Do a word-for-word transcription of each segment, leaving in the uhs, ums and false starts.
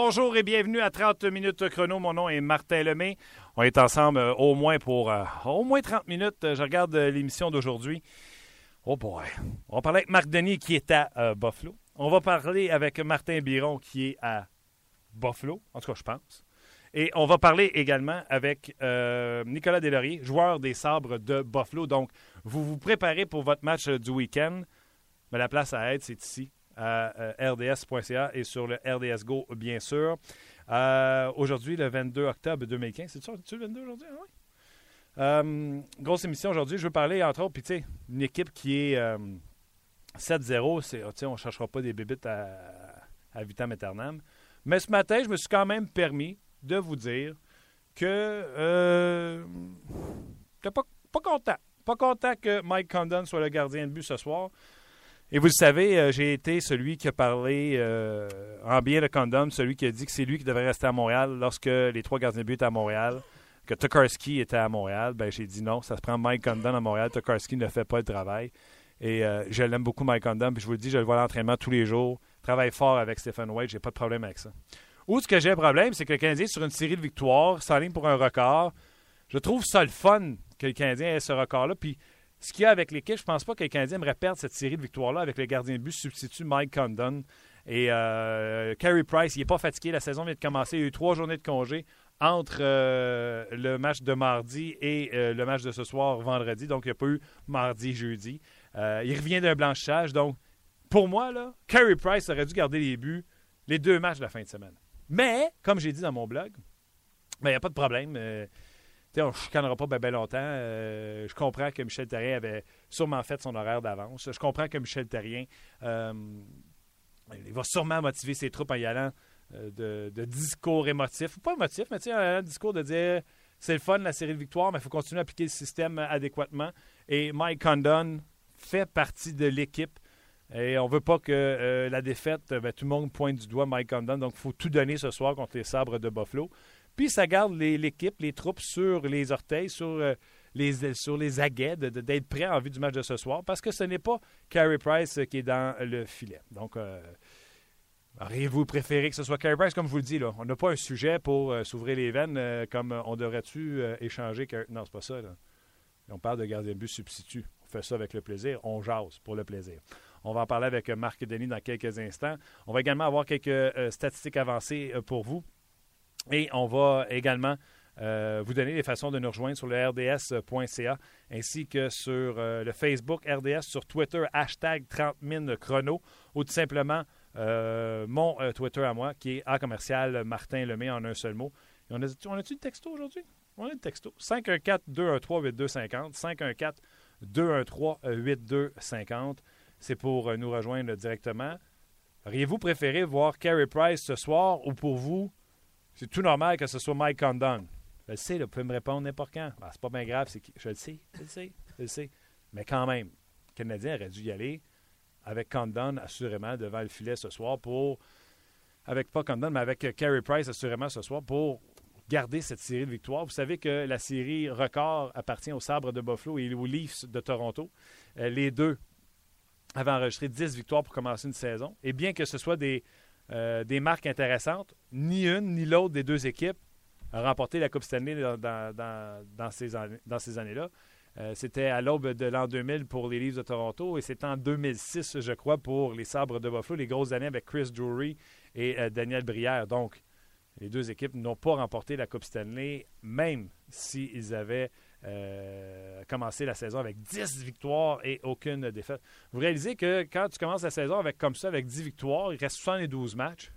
Bonjour et bienvenue à trente minutes chrono. Mon nom est Martin Lemay. On est ensemble euh, au moins pour euh, au moins trente minutes. Je regarde euh, l'émission d'aujourd'hui. Oh boy. On va parler avec Marc Denis qui est à euh, Buffalo. On va parler avec Martin Biron qui est à Buffalo. En tout cas, je pense. Et on va parler également avec euh, Nicolas Deslauriers, joueur des Sabres de Buffalo. Donc, vous vous préparez pour votre match euh, du week-end. Mais la place à être, c'est ici, à euh, r d s point c a et sur le R D S Go, bien sûr. Euh, aujourd'hui, le vingt-deux octobre deux mille quinze. C'est ça, c'est-tu le vingt-deux aujourd'hui? Ah, oui. Euh, grosse émission aujourd'hui. Je veux parler, entre autres, puis tu sais, une équipe qui est euh, sept zéro. C'est, on ne cherchera pas des bébites à, à vitam aeternam. Mais ce matin, je me suis quand même permis de vous dire que euh, j'étais pas, pas content. Pas content que Mike Condon soit le gardien de but ce soir. Et vous le savez, euh, j'ai été celui qui a parlé euh, en bien de Condon, celui qui a dit que c'est lui qui devrait rester à Montréal lorsque les trois gardiens de but étaient à Montréal, que Tokarski était à Montréal. Ben, j'ai dit non, ça se prend Mike Condon à Montréal. Tokarski ne fait pas le travail. Et euh, je l'aime beaucoup, Mike Condon. Puis je vous le dis, je le vois à l'entraînement tous les jours. Travaille fort avec Stephen White, j'ai pas de problème avec ça. Où ce que j'ai un problème, c'est que le Canadien, sur une série de victoires, s'enligne pour un record. Je trouve ça le fun que le Canadien ait ce record-là. Puis ce qu'il y a avec l'équipe, je pense pas que le Canadien aimerait perdre cette série de victoires-là avec le gardien de but substitut Mike Condon. Et euh, Carey Price, il n'est pas fatigué. La saison vient de commencer. Il y a eu trois journées de congé entre euh, le match de mardi et euh, le match de ce soir, vendredi. Donc, il n'y a pas eu mardi, jeudi. Euh, il revient d'un blanchissage. Donc, pour moi, là, Carey Price aurait dû garder les buts les deux matchs de la fin de semaine. Mais, comme j'ai dit dans mon blog, il n'y a pas de problème. Euh, on ne chicanera pas bien ben longtemps. Euh, je comprends que Michel Therrien avait sûrement fait son horaire d'avance. Je comprends que Michel Therrien euh, il va sûrement motiver ses troupes en y allant euh, de, de discours émotifs. Ou pas émotifs, mais un discours de dire c'est le fun, la série de victoires, mais il faut continuer à appliquer le système adéquatement. Et Mike Condon fait partie de l'équipe. Et on ne veut pas que euh, la défaite, ben, tout le monde pointe du doigt Mike Condon. Donc, il faut tout donner ce soir contre les Sabres de Buffalo. Puis, ça garde les, l'équipe, les troupes sur les orteils, sur, euh, les, sur les aguets, de, de, d'être prêts en vue du match de ce soir, parce que ce n'est pas Carey Price qui est dans le filet. Donc, euh, auriez-vous préféré que ce soit Carey Price? Comme je vous le dis, là, on n'a pas un sujet pour euh, s'ouvrir les veines, euh, comme euh, on devrait-tu euh, échanger... Car... Non, c'est pas ça. Là. On parle de gardien de but substitut. On fait ça avec le plaisir. On jase pour le plaisir. On va en parler avec Marc Denis dans quelques instants. On va également avoir quelques euh, statistiques avancées euh, pour vous. Et on va également euh, vous donner les façons de nous rejoindre sur le r d s point c a ainsi que sur euh, le Facebook R D S, sur Twitter, hashtag trente mines chrono, ou tout simplement euh, mon euh, Twitter à moi, qui est A commercial Martin Lemay en un seul mot. Et on a, on a-tu le texto aujourd'hui? On a le texto. cinq un quatre, deux un trois, huit deux cinq zéro. cinq un quatre, deux un trois, huit deux cinq zéro. C'est pour euh, nous rejoindre directement. Auriez-vous préféré voir Carey Price ce soir ou pour vous, c'est tout normal que ce soit Mike Condon? Je le sais, là, vous pouvez me répondre n'importe quand. Ben, c'est pas bien grave, c'est qui? Je le sais, je le sais, je le sais. Mais quand même, le Canadien aurait dû y aller avec Condon, assurément, devant le filet ce soir pour... Avec pas Condon, mais avec Carey Price, assurément, ce soir, pour garder cette série de victoires. Vous savez que la série record appartient aux Sabres de Buffalo et aux Leafs de Toronto. Euh, les deux avaient enregistré dix victoires pour commencer une saison. Et bien que ce soit des... Euh, des marques intéressantes, ni une ni l'autre des deux équipes a remporté la Coupe Stanley dans, dans, dans, dans, ces, années, dans ces années-là. Euh, c'était à l'aube de l'an deux mille pour les Leafs de Toronto et c'était en deux mille six, je crois, pour les Sabres de Buffalo, les grosses années avec Chris Drury et euh, Daniel Brière. Donc, les deux équipes n'ont pas remporté la Coupe Stanley, même s'ils avaient euh, commencé la saison avec dix victoires et aucune défaite. Vous réalisez que quand tu commences la saison avec comme ça, avec dix victoires, il reste soixante-douze matchs.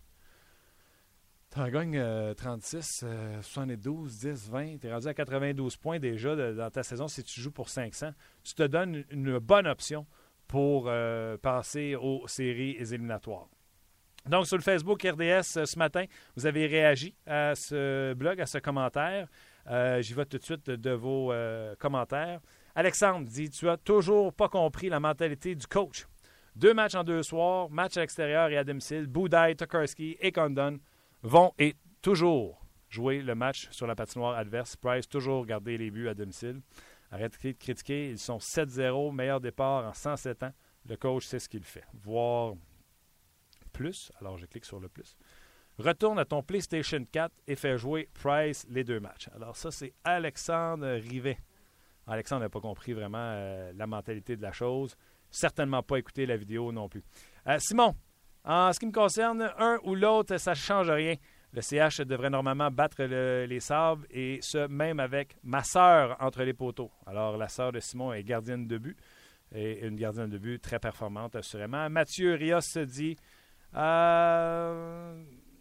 Tu en gagnes euh, trente-six, euh, soixante-douze, dix, vingt. Tu es rendu à quatre-vingt-douze points déjà de, dans ta saison si tu joues pour cinq cents. Tu te donnes une, une bonne option pour euh, passer aux séries éliminatoires. Donc, sur le Facebook R D S, ce matin, vous avez réagi à ce blog, à ce commentaire. Euh, j'y vais tout de suite de vos euh, commentaires. Alexandre dit « Tu as toujours pas compris la mentalité du coach. Deux matchs en deux soirs, match à l'extérieur et à domicile. Boudaille, Tokarski et Condon vont et toujours jouer le match sur la patinoire adverse. Price, toujours garder les buts à domicile. Arrêtez de critiquer. Ils sont sept zéro, meilleur départ en cent sept ans. Le coach sait ce qu'il fait. Voir... plus, alors je clique sur le plus. Retourne à ton PlayStation quatre et fais jouer Price les deux matchs. Alors ça, c'est Alexandre Rivet. Alexandre n'a pas compris vraiment euh, la mentalité de la chose. Certainement pas écouté la vidéo non plus. Euh, Simon, en ce qui me concerne, un ou l'autre, ça ne change rien. Le C H devrait normalement battre le, les Sabres, et ce, même avec ma sœur entre les poteaux. Alors, la sœur de Simon est gardienne de but, et une gardienne de but très performante, assurément. Mathieu Rios se dit... Euh,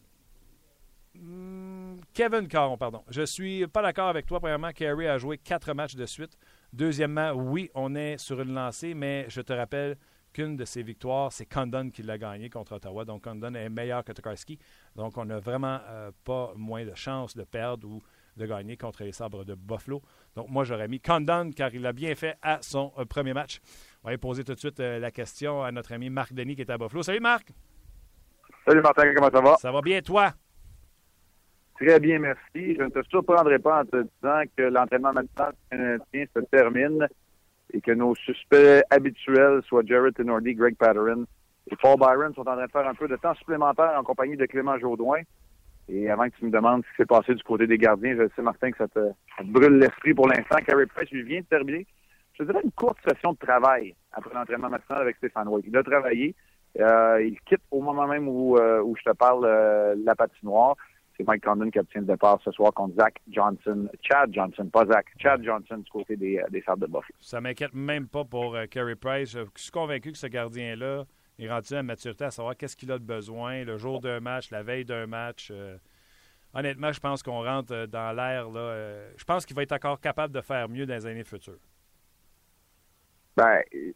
Kevin Caron, pardon. Je suis pas d'accord avec toi. Premièrement, Carey a joué quatre matchs de suite. Deuxièmement, oui, on est sur une lancée, mais je te rappelle qu'une de ses victoires, c'est Condon qui l'a gagné contre Ottawa. Donc, Condon est meilleur que Tokarski. Donc, on n'a vraiment euh, pas moins de chances de perdre ou de gagner contre les Sabres de Buffalo. Donc, moi, j'aurais mis Condon car il l'a bien fait à son euh, premier match. On va aller poser tout de suite euh, la question à notre ami Marc Denis qui est à Buffalo. Salut, Marc! Salut, Martin, comment ça va? Ça va bien, toi? Très bien, merci. Je ne te surprendrai pas en te disant que l'entraînement matinal canadien se termine et que nos suspects habituels, soit Jared Tenordi, Greg Patterson et Paul Byron, sont en train de faire un peu de temps supplémentaire en compagnie de Clément Jodoin. Et avant que tu me demandes ce qui s'est passé du côté des gardiens, je sais, Martin, que ça te, ça te brûle l'esprit pour l'instant. Carey Price, lui, vient de terminer, je dirais, une courte session de travail après l'entraînement matinal avec Stéphane White. Il a travaillé. Euh, il quitte au moment même où, euh, où je te parle euh, la patinoire. C'est Mike Condon qui obtient le départ ce soir contre Zach Johnson. Chad Johnson, pas Zach. Chad Johnson du côté des, euh, des Sabres de Buffalo. Ça ne m'inquiète même pas pour euh, Carey Price. Je suis convaincu que ce gardien-là est rendu à maturité à savoir qu'est-ce qu'il a de besoin le jour d'un match, la veille d'un match. Euh, honnêtement, je pense qu'on rentre dans l'ère. Là, euh, je pense qu'il va être encore capable de faire mieux dans les années futures. Ben,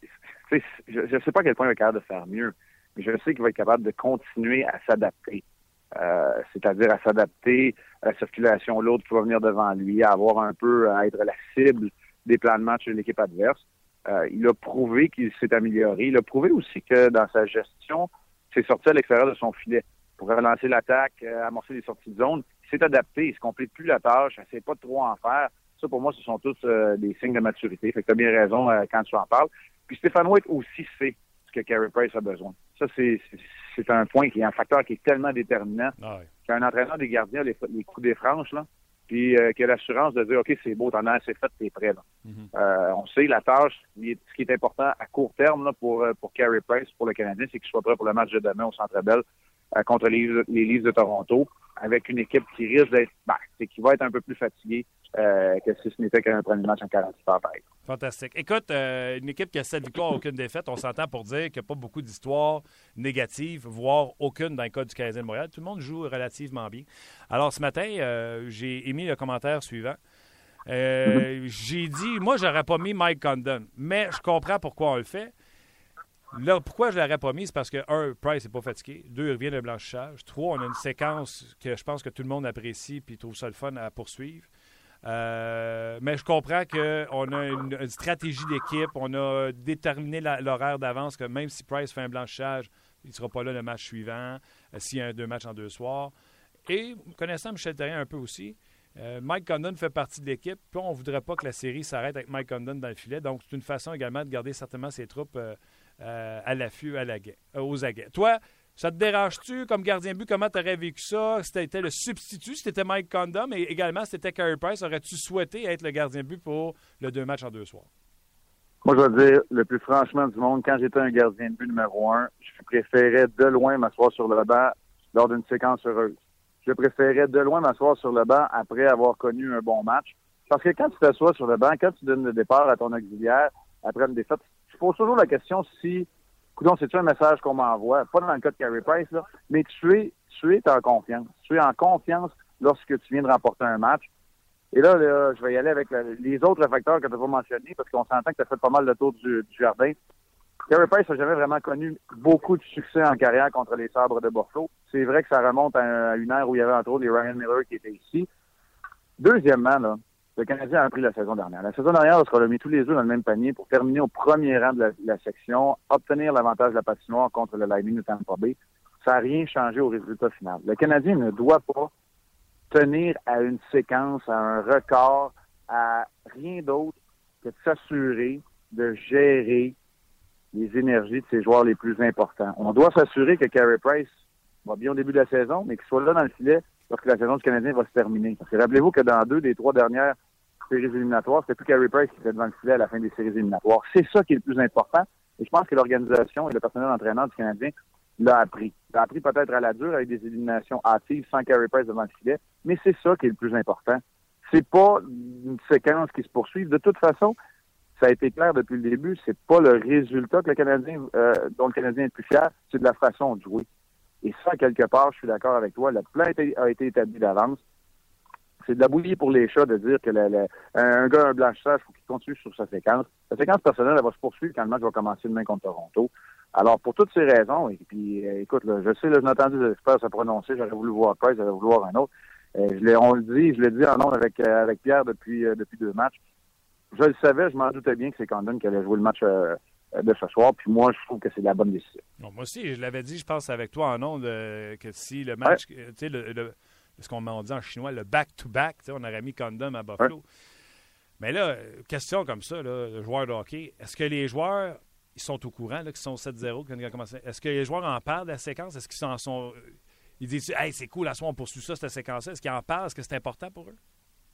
je ne sais pas à quel point il va être capable de faire mieux, mais je sais qu'il va être capable de continuer à s'adapter. Euh, c'est-à-dire à s'adapter à la circulation l'autre qui va venir devant lui, à avoir un peu, à être la cible des plans de match de l'équipe adverse. Euh, il a prouvé qu'il s'est amélioré. Il a prouvé aussi que dans sa gestion, il s'est sorti à l'extérieur de son filet pour relancer l'attaque, euh, amorcer les sorties de zone. Il s'est adapté, il ne se complète plus la tâche, il ne sait pas trop en faire. Ça, pour moi, ce sont tous euh, des signes de maturité. Fait que tu as bien raison euh, quand tu en parles. Puis Stéphane White aussi sait ce que Carey Price a besoin. Ça, c'est, c'est, c'est un point qui est un facteur qui est tellement déterminant. Ah oui. Qu'un entraîneur des gardiens, les, les coups des franches, là, puis euh, qui a l'assurance de dire, OK, c'est beau, t'en as assez fait, t'es prêt. Là. Mm-hmm. Euh, on sait la tâche, ce qui est important à court terme là, pour, pour Carey Price, pour le Canadien, c'est qu'il soit prêt pour le match de demain au Centre Bell euh, contre les, les Leafs de Toronto, avec une équipe qui risque d'être, ben, c'est qui va être un peu plus fatiguée euh, que si ce n'était qu'un premier match en quarante-huit heures, par exemple. Fantastique. Écoute, euh, une équipe qui a sept victoires, aucune défaite, on s'entend pour dire qu'il n'y a pas beaucoup d'histoires négatives, voire aucune dans le cas du Canadien de Montréal. Tout le monde joue relativement bien. Alors, ce matin, euh, j'ai émis le commentaire suivant. Euh, mm-hmm. J'ai dit, moi, j'aurais pas mis Mike Condon, mais je comprends pourquoi on le fait. Là, pourquoi je ne l'aurais pas mis? C'est parce que, un, Price n'est pas fatigué. Deux, il revient de blanchissage. Trois, on a une séquence que je pense que tout le monde apprécie et trouve ça le fun à poursuivre. Euh, mais je comprends qu'on a une, une stratégie d'équipe. On a déterminé la, l'horaire d'avance que même si Price fait un blanchissage, il ne sera pas là le match suivant, euh, s'il y a un deux matchs en deux soirs. Et, connaissant Michel Therrien un peu aussi, euh, Mike Condon fait partie de l'équipe. Puis on ne voudrait pas que la série s'arrête avec Mike Condon dans le filet. Donc, c'est une façon également de garder certainement ses troupes euh, euh, à l'affût, à la guet, euh, aux aguets. Toi, ça te dérange-tu comme gardien de but? Comment tu aurais vécu ça? Si tu étais le substitut, si tu étais Mike Condon, mais également si tu étais Carey Price, aurais-tu souhaité être le gardien de but pour le deux matchs en deux soirs? Moi, je vais dire le plus franchement du monde, quand j'étais un gardien de but numéro un, je préférais de loin m'asseoir sur le banc lors d'une séquence heureuse. Je préférais de loin m'asseoir sur le banc après avoir connu un bon match. Parce que quand tu t'assois sur le banc, quand tu donnes le départ à ton auxiliaire après une défaite, tu poses toujours la question si, coudonc, c'est-tu un message qu'on m'envoie? Pas dans le cas de Carey Price, là, mais tu es, tu es en confiance. Tu es en confiance lorsque tu viens de remporter un match. Et là, là je vais y aller avec la, les autres facteurs que tu n'as pas mentionnés, parce qu'on s'entend que tu as fait pas mal le tour du, du jardin. Carey Price n'a jamais vraiment connu beaucoup de succès en carrière contre les Sabres de Buffalo. C'est vrai que ça remonte à, à une ère où il y avait entre autres les Ryan Miller qui étaient ici. Deuxièmement, là, le Canadien a pris la saison dernière. La saison dernière, on sera mis tous les œufs dans le même panier pour terminer au premier rang de la, de la section, obtenir l'avantage de la patinoire contre le Lightning de Tampa Bay. Ça n'a rien changé au résultat final. Le Canadien ne doit pas tenir à une séquence, à un record, à rien d'autre que de s'assurer de gérer les énergies de ses joueurs les plus importants. On doit s'assurer que Carey Price va bien au début de la saison, mais qu'il soit là dans le filet lorsque la saison du Canadien va se terminer. Parce que rappelez-vous que dans deux des trois dernières séries éliminatoires, c'était plus Carey Price qui était devant le filet à la fin des séries éliminatoires. C'est ça qui est le plus important. Et je pense que l'organisation et le personnel entraîneur du Canadien l'a appris. L'a appris peut-être à la dure avec des éliminations hâtives sans Carey Price devant le filet, mais c'est ça qui est le plus important. C'est pas une séquence qui se poursuit. De toute façon, ça a été clair depuis le début, c'est pas le résultat que le Canadien, euh, dont le Canadien est le plus fier, c'est de la façon de jouer. Et ça, quelque part, je suis d'accord avec toi, le plan a été, a été établi d'avance. C'est de la bouillie pour les chats de dire que le, le, un gars, un blanchissage, il faut qu'il continue sur sa séquence. La séquence personnelle, elle va se poursuivre quand le match va commencer demain contre Toronto. Alors, pour toutes ces raisons, et puis, euh, écoute, là, je sais, là, j'ai entendu des experts se prononcer, j'aurais voulu voir Price, j'aurais voulu voir un autre. Euh, je l'ai, on le dit, je l'ai dit en nom avec, euh, avec Pierre depuis, euh, depuis deux matchs. Je le savais, je m'en doutais bien que c'est Condon qui allait jouer le match euh, de ce soir, puis moi, je trouve que c'est la bonne décision. Non, moi aussi, je l'avais dit, je pense, avec toi en ondes, euh, que si le match, ouais. tu sais, le, le ce qu'on m'a dit en chinois, le back-to-back, on aurait mis Condom à Buffalo. Ouais. Mais là, question comme ça, là, le joueur de hockey, est-ce que les joueurs, ils sont au courant, là, qu'ils sont sept zéro, quand ils ont commencé? Est-ce que les joueurs en parlent de la séquence? Est-ce qu'ils en sont... Ils disent, hey, c'est cool, à ce moment, on poursuit ça, cette séquence-là. Est-ce qu'ils en parlent? Est-ce que c'est important pour eux?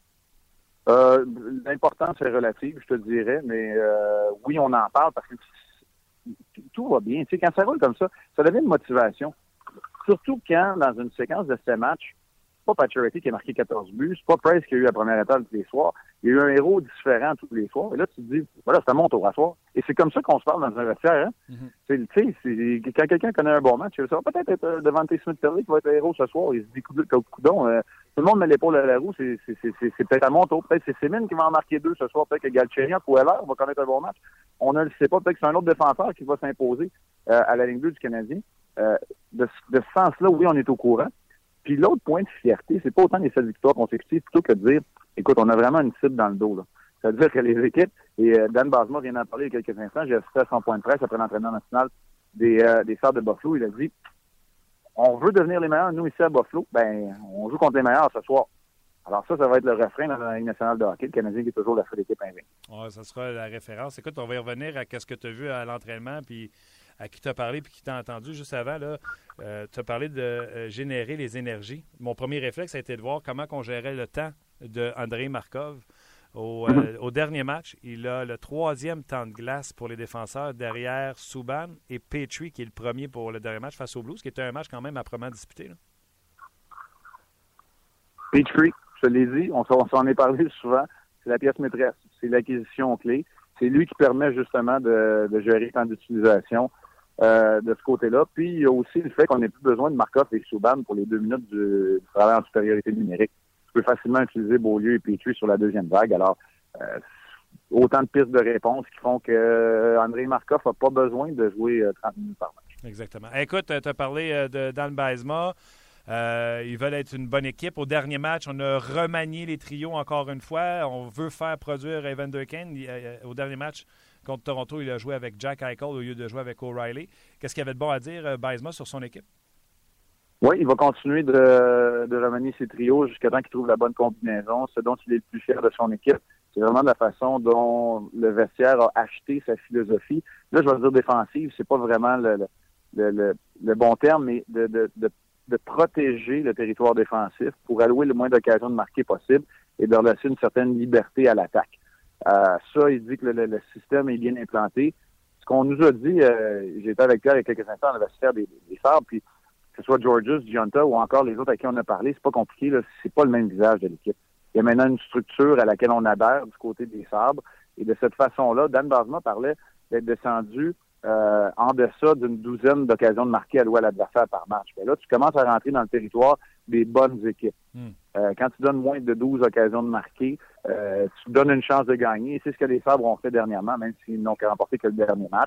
Euh, l'importance est relative, je te dirais, mais euh, oui, on en parle parce que tout va bien. Tu sais, quand ça roule comme ça, ça devient une motivation. Surtout quand, dans une séquence de ces matchs, c'est pas Pacioretty qui a marqué quatorze buts, c'est pas Price qui a eu la première étale tous les soirs. Il y a eu un héros différent tous les soirs. Et là, tu te dis, voilà, c'est à mon tour à soir. Et c'est comme ça qu'on se parle dans un vestiaire. Hein? Mm-hmm. Tu sais, quand quelqu'un connaît un bon match, ça va peut-être être devant T. Smith-Pelly qui va être le héros ce soir. Il se dit, coudon, euh, tout le monde met l'épaule à la roue. C'est, c'est, c'est, c'est, c'est peut-être à mon tour. Peut-être que c'est Semin qui va en marquer deux ce soir. Peut-être que Galchenyuk ou Heller va connaître un bon match. On ne le sait pas. Peut-être que c'est un autre défenseur qui va s'imposer euh, à la ligne bleue du Canadien. Euh, de, de ce sens-là, oui, on est au courant. Puis l'autre point de fierté, c'est pas autant les sept victoires consécutives, plutôt que de dire, écoute, on a vraiment une cible dans le dos. Là. Ça veut dire que les équipes, et euh, Dan Basma vient d'en parler il y a quelques instants, j'ai assisté à son point de presse après l'entraînement national des, euh, des Sables de Buffalo, il a dit, on veut devenir les meilleurs, nous ici à Buffalo, ben on joue contre les meilleurs ce soir. Alors ça, ça va être le refrain dans la Ligue nationale de hockey, le Canadien qui est toujours la seule équipe invaincue. Ouais, ça sera la référence. Écoute, on va y revenir à ce que tu as vu à l'entraînement, puis à qui t'as parlé puis qui t'a entendu juste avant, là, euh, tu as parlé de euh, générer les énergies. Mon premier réflexe a été de voir comment on gérait le temps de Andrei Markov. Au, euh, mm-hmm. au dernier match, il a le troisième temps de glace pour les défenseurs derrière Subban et Petrie, qui est le premier pour le dernier match face aux Blues, qui était un match quand même âprement disputé. Là. Petrie, je te l'ai dit, on, on s'en est parlé souvent, c'est la pièce maîtresse, c'est l'acquisition clé. C'est lui qui permet justement de, de gérer le temps d'utilisation euh, de ce côté-là. Puis il y a aussi le fait qu'on n'ait plus besoin de Markov et Subban pour les deux minutes du, du travail en supériorité numérique. Tu peux facilement utiliser Beaulieu et Petrie sur la deuxième vague. Alors, euh, autant de pistes de réponse qui font que euh, Andrei Markov n'a pas besoin de jouer euh, trente minutes par match. Exactement. Écoute, tu as parlé de Dan Basma. Euh, ils veulent être une bonne équipe. Au dernier match, on a remanié les trios encore une fois. On veut faire produire Evander Kane. Au dernier match contre Toronto, il a joué avec Jack Eichel au lieu de jouer avec O'Reilly. Qu'est-ce qu'il y avait de bon à dire, Basma, sur son équipe? Oui, il va continuer de, de remanier ses trios jusqu'à temps qu'il trouve la bonne combinaison. Ce dont il est le plus fier de son équipe, c'est vraiment de la façon dont le vestiaire a acheté sa philosophie. Là, je vais dire défensive, c'est pas vraiment le, le, le, le bon terme, mais de, de, de de protéger le territoire défensif pour allouer le moins d'occasions de marquer possible et de leur laisser une certaine liberté à l'attaque. Euh, ça, il dit que le, le, le système est bien implanté. Ce qu'on nous a dit, euh, j'étais avec Pierre il y a quelques instants dans le vestiaire des, des Sabres, puis que ce soit Georges, Gionta ou encore les autres à qui on a parlé, c'est pas compliqué, là, c'est pas le même visage de l'équipe. Il y a maintenant une structure à laquelle on adhère du côté des Sabres, et de cette façon-là, Dan Basma parlait d'être descendu Euh, en deçà d'une douzaine d'occasions de marquer allouées à l'adversaire par match. Mais là, tu commences à rentrer dans le territoire des bonnes équipes. Mm. Euh, quand tu donnes moins de douze occasions de marquer, euh, tu donnes une chance de gagner. Et c'est ce que les Sabres ont fait dernièrement, même s'ils n'ont qu'à remporter que le dernier match.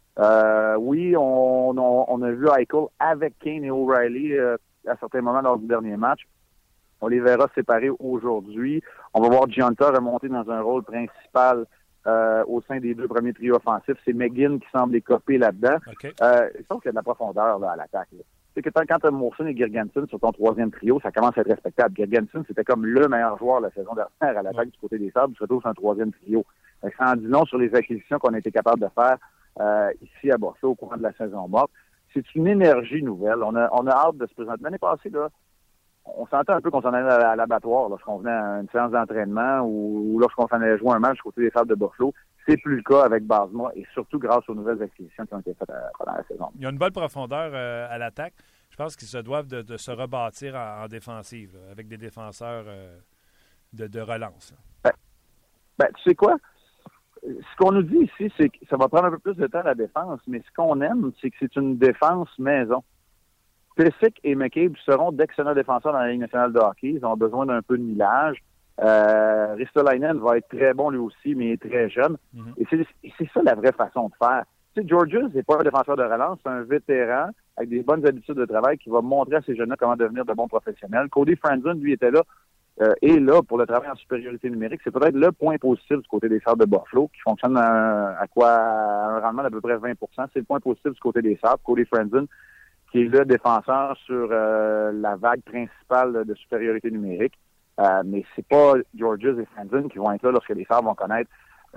Euh, oui, on, on, on a vu Eichel avec Kane et O'Reilly euh, à certains moments lors du dernier match. On les verra séparés aujourd'hui. On va voir Gionta remonter dans un rôle principal Euh, au sein des deux premiers trios offensifs. C'est McGinn qui semble écoper là-dedans. Okay. Euh, il semble qu'il y a de la profondeur là, à l'attaque. C'est que quand tu as Morrison et Girgensson sur ton troisième trio, ça commence à être respectable. Girgensson, c'était comme le meilleur joueur la saison dernière à l'attaque ouais. du côté des Sabres. Tu te retrouves sur un troisième trio. Ça en dit long sur les acquisitions qu'on a été capable de faire euh, ici à Buffalo au courant de la saison morte. c'est une énergie nouvelle. On a, on a hâte de se présenter. L'année passée, là, on sentait un peu qu'on s'en allait à, à l'abattoir lorsqu'on venait à une séance d'entraînement ou, ou lorsqu'on s'en allait jouer un match côté des Sables de Buffalo. C'est plus le cas avec Basma et surtout grâce aux nouvelles acquisitions qui ont été faites à, pendant la saison. Il y a une bonne profondeur euh, à l'attaque. Je pense qu'ils se doivent de, de se rebâtir en, en défensive, là, avec des défenseurs euh, de, de relance. Ben, ben, tu sais quoi? Ce qu'on nous dit ici, c'est que ça va prendre un peu plus de temps à la défense, mais ce qu'on aime, c'est que c'est une défense maison. Pysyk et McCabe seront d'excellents défenseurs dans la Ligue nationale de hockey. Ils ont besoin d'un peu de millage. Euh, Ristolainen va être très bon lui aussi, mais il est très jeune. Mm-hmm. Et c'est, c'est ça la vraie façon de faire. Tu sais, Georgios n'est pas un défenseur de relance, c'est un vétéran avec des bonnes habitudes de travail qui va montrer à ces jeunes-là comment devenir de bons professionnels. Cody Franzen, lui, était là euh, et là pour le travail en supériorité numérique. C'est peut-être le point positif du côté des Sabres de Buffalo, qui fonctionne à, à quoi à un rendement d'à peu près vingt pour cent. C'est le point positif du côté des Sabres. Cody Franzen, qui est le défenseur sur euh, la vague principale de supériorité numérique. Euh, mais c'est pas Georgios et Franzen qui vont être là lorsque les Sabres vont connaître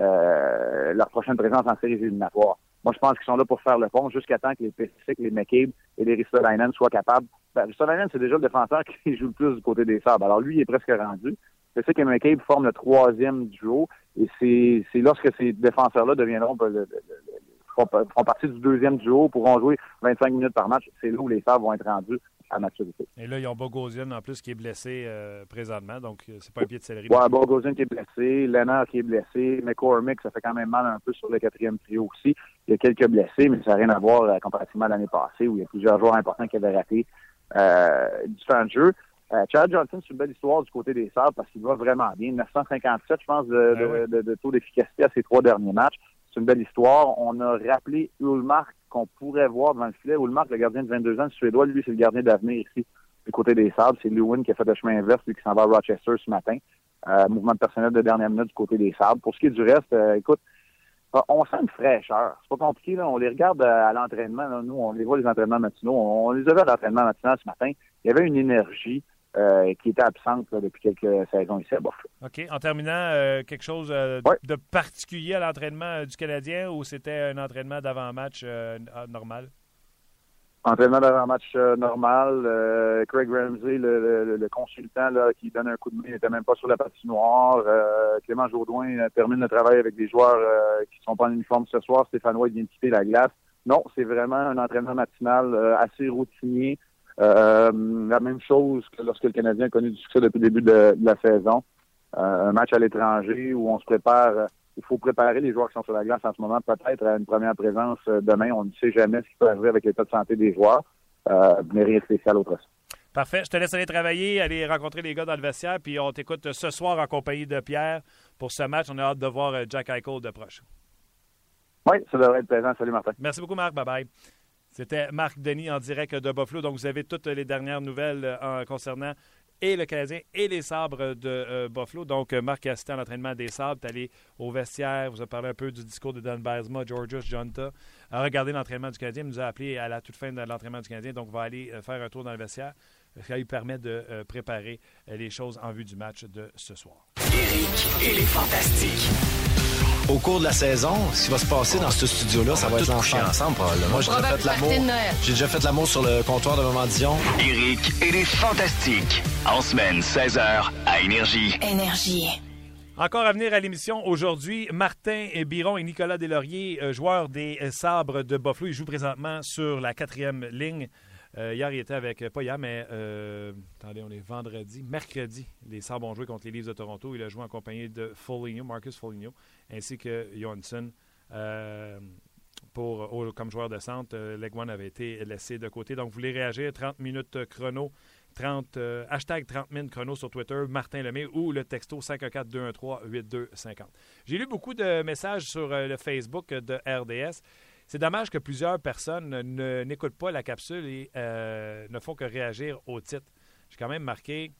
euh, leur prochaine présence en séries éliminatoires. Moi, je pense qu'ils sont là pour faire le pont jusqu'à temps que les Pysyk, les McCabe et les Ristolainen soient capables. Ben, Ristolainen, c'est déjà le défenseur qui joue le plus du côté des Sabres. Alors lui, il est presque rendu. Pysyk et McCabe forment le troisième duo et c'est, c'est lorsque ces défenseurs-là deviendront le, le, le, font, font partie du deuxième duo, pourront jouer vingt-cinq minutes par match. C'est là où les Sabres vont être rendus à maturité. Et là, ils ont Bogosian en plus qui est blessé euh, présentement, donc c'est pas un pied de céleri. Ouais, Bogosian qui est blessé, Lennart qui est blessé, McCormick, ça fait quand même mal un peu sur le quatrième trio aussi. Il y a quelques blessés, mais ça n'a rien à voir euh, comparativement à l'année passée où il y a plusieurs joueurs importants qui avaient raté euh, du temps de jeu. Euh, Chad Johnson, c'est une belle histoire du côté des Sabres parce qu'il va vraiment bien. neuf cent cinquante-sept, je pense, de, ah ouais. de, de, de taux d'efficacité à ses trois derniers matchs. C'est une belle histoire. On a rappelé Ullmark qu'on pourrait voir devant le filet. Ullmark, le gardien de vingt-deux ans, le Suédois, lui, c'est le gardien d'avenir ici du côté des Sabres. C'est Lewin qui a fait le chemin inverse, lui qui s'en va à Rochester ce matin. Euh, mouvement de personnel de dernière minute du côté des Sabres. Pour ce qui est du reste, euh, écoute, on sent une fraîcheur. C'est pas compliqué, là. On les regarde à l'entraînement. Là. Nous, on les voit les entraînements matinaux. On les a vus à l'entraînement matinal ce matin. Il y avait une énergie euh, qui était absente là, depuis quelques saisons ici à Buffalo. OK. En terminant, euh, quelque chose euh, ouais. de particulier à l'entraînement euh, du Canadien ou c'était un entraînement d'avant-match euh, normal? Entraînement d'avant-match euh, normal. Euh, Craig Ramsey, le, le, le consultant là, qui donne un coup de main, n'était même pas sur la patinoire. Euh, Clément Jodoin euh, termine le travail avec des joueurs euh, qui ne sont pas en uniforme ce soir. Stéphane White vient de quitter la glace. Non, c'est vraiment un entraînement matinal euh, assez routinier. Euh, la même chose que lorsque le Canadien a connu du succès depuis le début de, de la saison. Euh, un match à l'étranger où on se prépare... Euh, il faut préparer les joueurs qui sont sur la glace en ce moment, peut-être à une première présence demain. On ne sait jamais ce qui peut arriver avec l'état de santé des joueurs, euh, mais rien de spécial autre chose. Parfait. Je te laisse aller travailler, aller rencontrer les gars dans le vestiaire, puis on t'écoute ce soir en compagnie de Pierre pour ce match. On a hâte de voir Jack Eichel de proche. Oui, ça devrait être plaisant. Salut, Martin. Merci beaucoup, Marc. Bye-bye. C'était Marc Denis en direct de Buffalo. Donc, vous avez toutes les dernières nouvelles euh, concernant et le Canadien et les Sabres de euh, Buffalo. Donc, euh, Marc a assisté à l'entraînement des Sabres, est allé au vestiaire, vous a parlé un peu du discours de Dan Bylsma, Georgios Jonta, a regardé l'entraînement du Canadien, il nous a appelé à la toute fin de l'entraînement du Canadien, donc on va aller euh, faire un tour dans le vestiaire. Ça lui permet de euh, préparer euh, les choses en vue du match de ce soir. Éric et les Fantastiques. Au cours de la saison, ce qui va se passer dans ce studio-là, ça va être ensemble. ensemble probablement. Moi, j'ai déjà fait l'amour. J'ai déjà fait l'amour sur le comptoir de Maman Dion. Éric et les Fantastiques. En semaine, seize heures, à Énergie. Énergie. Encore à venir à l'émission aujourd'hui, Martin Biron et Nicolas Deslauriers, euh, joueurs des euh, Sabres de Buffalo. Ils jouent présentement sur la quatrième ligne. Euh, hier, il était avec, pas hier, mais, euh, attendez, on est vendredi, mercredi, les Sabres ont joué contre les Leafs de Toronto. Il a joué en compagnie de Foligno, Marcus Foligno, ainsi que Johansson euh, pour, oh, comme joueur de centre. Euh, Legwan avait été laissé de côté. Donc, vous voulez réagir, trente minutes chrono, trente, euh, hashtag trente minutes chrono sur Twitter, Martin Lemay ou le texto cinq un quatre, deux un trois, huit deux cinq zéro. J'ai lu beaucoup de messages sur euh, le Facebook de R D S. C'est dommage que plusieurs personnes ne, n'écoutent pas la capsule et euh, ne font que réagir au titre. J'ai quand même marqué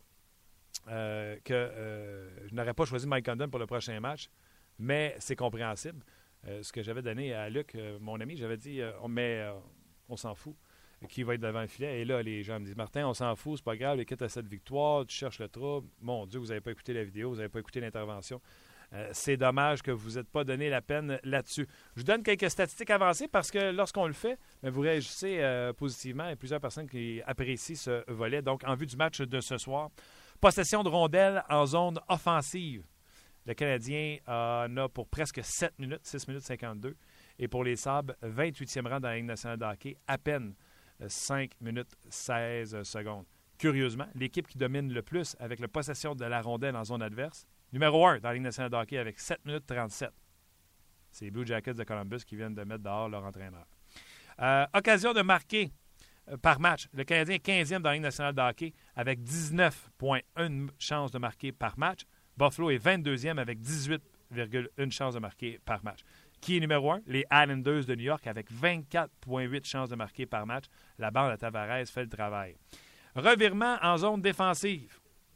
euh, que euh, je n'aurais pas choisi Mike Condon pour le prochain match, mais c'est compréhensible. Euh, ce que j'avais donné à Luc, euh, mon ami, j'avais dit, euh, on, mais, euh, on s'en fout. Qui va être devant le filet? Et là, les gens me disent, Martin, on s'en fout, c'est pas grave, l'équipe a cette victoire, tu cherches le trouble. Mon Dieu, vous n'avez pas écouté la vidéo, vous n'avez pas écouté l'intervention Euh, c'est dommage que vous n'êtes pas donné la peine là-dessus. Je vous donne quelques statistiques avancées parce que lorsqu'on le fait, bien, vous réagissez euh, positivement. Il y a plusieurs personnes qui apprécient ce volet. Donc, en vue du match de ce soir, possession de rondelles en zone offensive. Le Canadien euh, en a pour presque sept minutes, six minutes cinquante-deux. Et pour les Sabres, vingt-huitième rang dans la Ligue nationale de hockey, à peine cinq minutes seize secondes. Curieusement, l'équipe qui domine le plus avec la possession de la rondelle en zone adverse, numéro un dans la Ligue nationale de hockey avec sept minutes trente-sept. C'est les Blue Jackets de Columbus qui viennent de mettre dehors leur entraîneur. Euh, occasion de marquer euh, par match. Le Canadien est quinzième dans la Ligue nationale de hockey avec dix-neuf virgule un chances de marquer par match. Buffalo est vingt-deuxième avec dix-huit virgule un chances de marquer par match. Qui est numéro un? Les Islanders de New York avec vingt-quatre virgule huit chances de marquer par match. La bande à Tavares fait le travail. Revirement en zone défensive.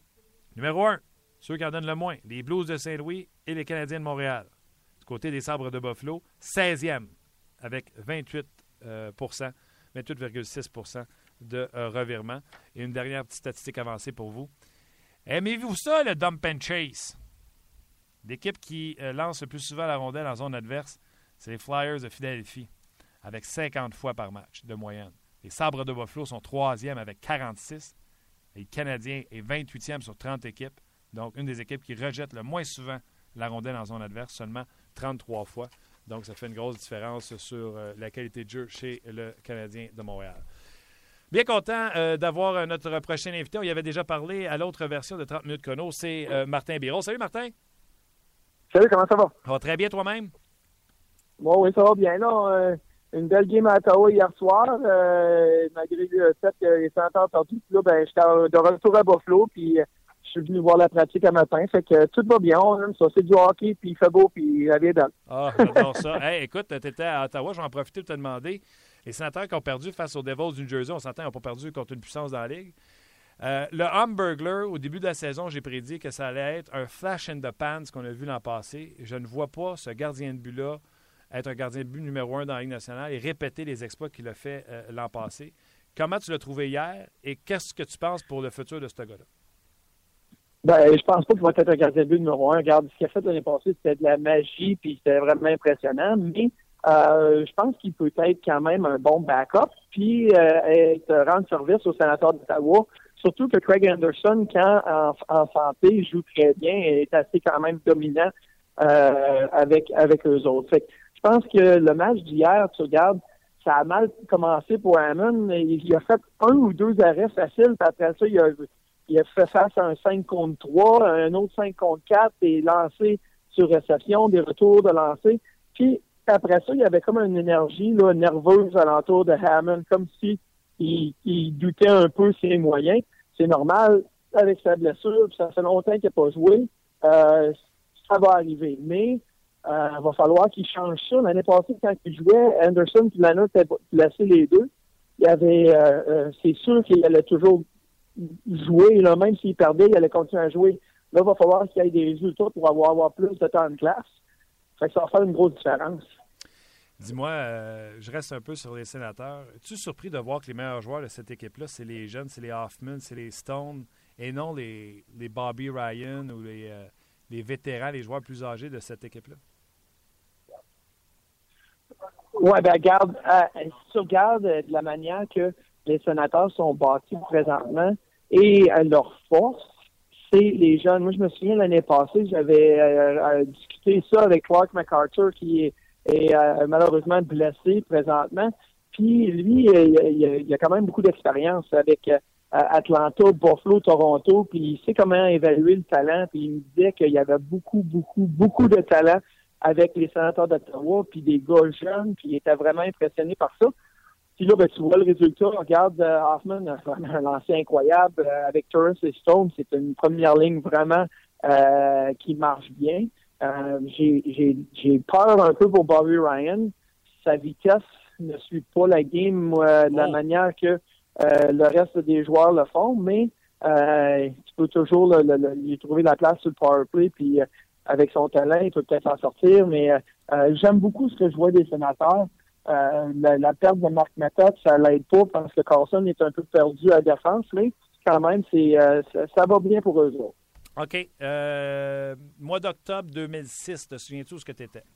Numéro un, ceux qui en donnent le moins, les Blues de Saint-Louis et les Canadiens de Montréal. Du côté des Sabres de Buffalo, seizième avec vingt-huit pour cent, vingt-huit virgule six pour cent de euh, revirement. Et une dernière petite statistique avancée pour vous. Aimez-vous ça, le dump and chase? L'équipe qui euh, lance le plus souvent la rondelle en zone adverse, c'est les Flyers de Philadelphie, avec cinquante fois par match de moyenne. Les Sabres de Buffalo sont troisième avec quarante-six. Les Canadiens est vingt-huitième sur trente équipes. Donc, une des équipes qui rejette le moins souvent la rondelle en zone adverse, seulement trente-trois fois. Donc, ça fait une grosse différence sur euh, la qualité de jeu chez le Canadien de Montréal. Bien content euh, d'avoir euh, notre prochain invité. On y avait déjà parlé à l'autre version de trente minutes chrono. C'est euh, Martin Biron. Salut, Martin. Salut, comment ça va? Ça va très bien toi-même? Bon, oui, ça va bien. Là, euh, une belle game à Ottawa hier soir, euh, malgré le fait que les sénateurs partout. Là, ben, j'étais de retour à Buffalo, puis euh, je suis venu voir la pratique un matin. Fait que tout va bien, on aime ça. C'est du hockey, puis il fait beau, puis la vie est belle. Ah, j'adore ça. Hey, écoute, tu étais à Ottawa, je vais en profiter pour te demander. Les sénateurs qui ont perdu face aux Devils du New Jersey, on s'entend, ils n'ont pas perdu contre une puissance dans la Ligue. Euh, le Hamburglar, au début de la saison, j'ai prédit que ça allait être un flash in the pan, ce qu'on a vu l'an passé. Je ne vois pas ce gardien de but-là être un gardien de but numéro un dans la Ligue nationale et répéter les exploits qu'il a fait euh, l'an passé. Comment tu l'as trouvé hier et qu'est-ce que tu penses pour le futur de ce gars-là? Ben, je pense pas qu'il va être un gardien de but numéro un. Regarde, ce qu'il a fait l'année passée, c'était de la magie, puis c'était vraiment impressionnant, mais euh, je pense qu'il peut être quand même un bon backup, puis euh, être, rendre service aux sénateurs d'Ottawa. Surtout que Craig Anderson, quand en, en santé, joue très bien et est assez quand même dominant euh, avec avec eux autres. Fait que je pense que le match d'hier, tu regardes, ça a mal commencé pour Hammond. Il, il a fait un ou deux arrêts faciles, puis après ça, il a, il a fait face à un cinq contre trois, un autre cinq contre quatre, et lancé sur réception, des retours de lancer. Puis après ça, il y avait comme une énergie là, nerveuse alentour de Hammond, comme si il, il doutait un peu ses moyens. C'est normal, avec sa blessure, puis ça fait longtemps qu'il n'a pas joué, euh, ça va arriver. Mais euh, il va falloir qu'il change ça. L'année passée, quand il jouait, Anderson et Lana étaient placés les deux. Il y avait, euh, euh, c'est sûr qu'il allait toujours jouer, là, même s'il perdait, il allait continuer à jouer. Là, il va falloir qu'il y ait des résultats pour avoir, avoir plus de temps de classe. Fait que ça va faire une grosse différence. Dis-moi, euh, je reste un peu sur les sénateurs. Es-tu surpris de voir que les meilleurs joueurs de cette équipe-là, c'est les jeunes, c'est les Hoffman, c'est les Stone, et non les, les Bobby Ryan ou les, euh, les vétérans, les joueurs plus âgés de cette équipe-là? Oui, ben regarde, euh, si tu regardes euh, de la manière que les sénateurs sont bâtis présentement et euh, leur force, c'est les jeunes. Moi, je me souviens l'année passée, j'avais euh, euh, discuté ça avec Clark MacArthur qui est est euh, malheureusement blessé présentement. Puis lui, il, il, il a quand même beaucoup d'expérience avec euh, Atlanta, Buffalo, Toronto, puis il sait comment évaluer le talent. Puis il me disait qu'il y avait beaucoup, beaucoup, beaucoup de talent avec les sénateurs d'Ottawa, puis des gars jeunes, puis il était vraiment impressionné par ça. Puis là, ben, tu vois le résultat, regarde, euh, Hoffman a un lancer incroyable euh, avec Torrance et Stone. C'est une première ligne vraiment euh, qui marche bien. Euh, j'ai, j'ai, j'ai peur un peu pour Bobby Ryan. Sa vitesse ne suit pas la game euh, de la oh. manière que euh, le reste des joueurs le font, mais euh, tu peux toujours le, le, le, lui trouver la place sur le power play, puis euh, avec son talent, il peut peut-être en sortir, mais euh, j'aime beaucoup ce que je vois des sénateurs. Euh, la, la perte de Mark Method, ça l'aide pas parce que Carlson est un peu perdu à la défense, mais quand même, c'est euh, ça, ça va bien pour eux autres. OK. Euh, mois d'octobre deux mille six, te souviens-tu où ce que tu étais?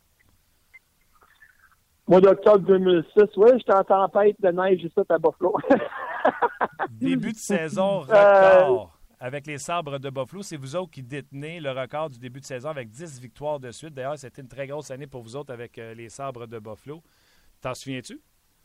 Mois d'octobre deux mille six, oui, j'étais en tempête de neige ici à Buffalo. Début de saison record euh... avec les Sabres de Buffalo. C'est vous autres qui détenez le record du début de saison avec dix victoires de suite. D'ailleurs, c'était une très grosse année pour vous autres avec euh, les Sabres de Buffalo. T'en souviens-tu?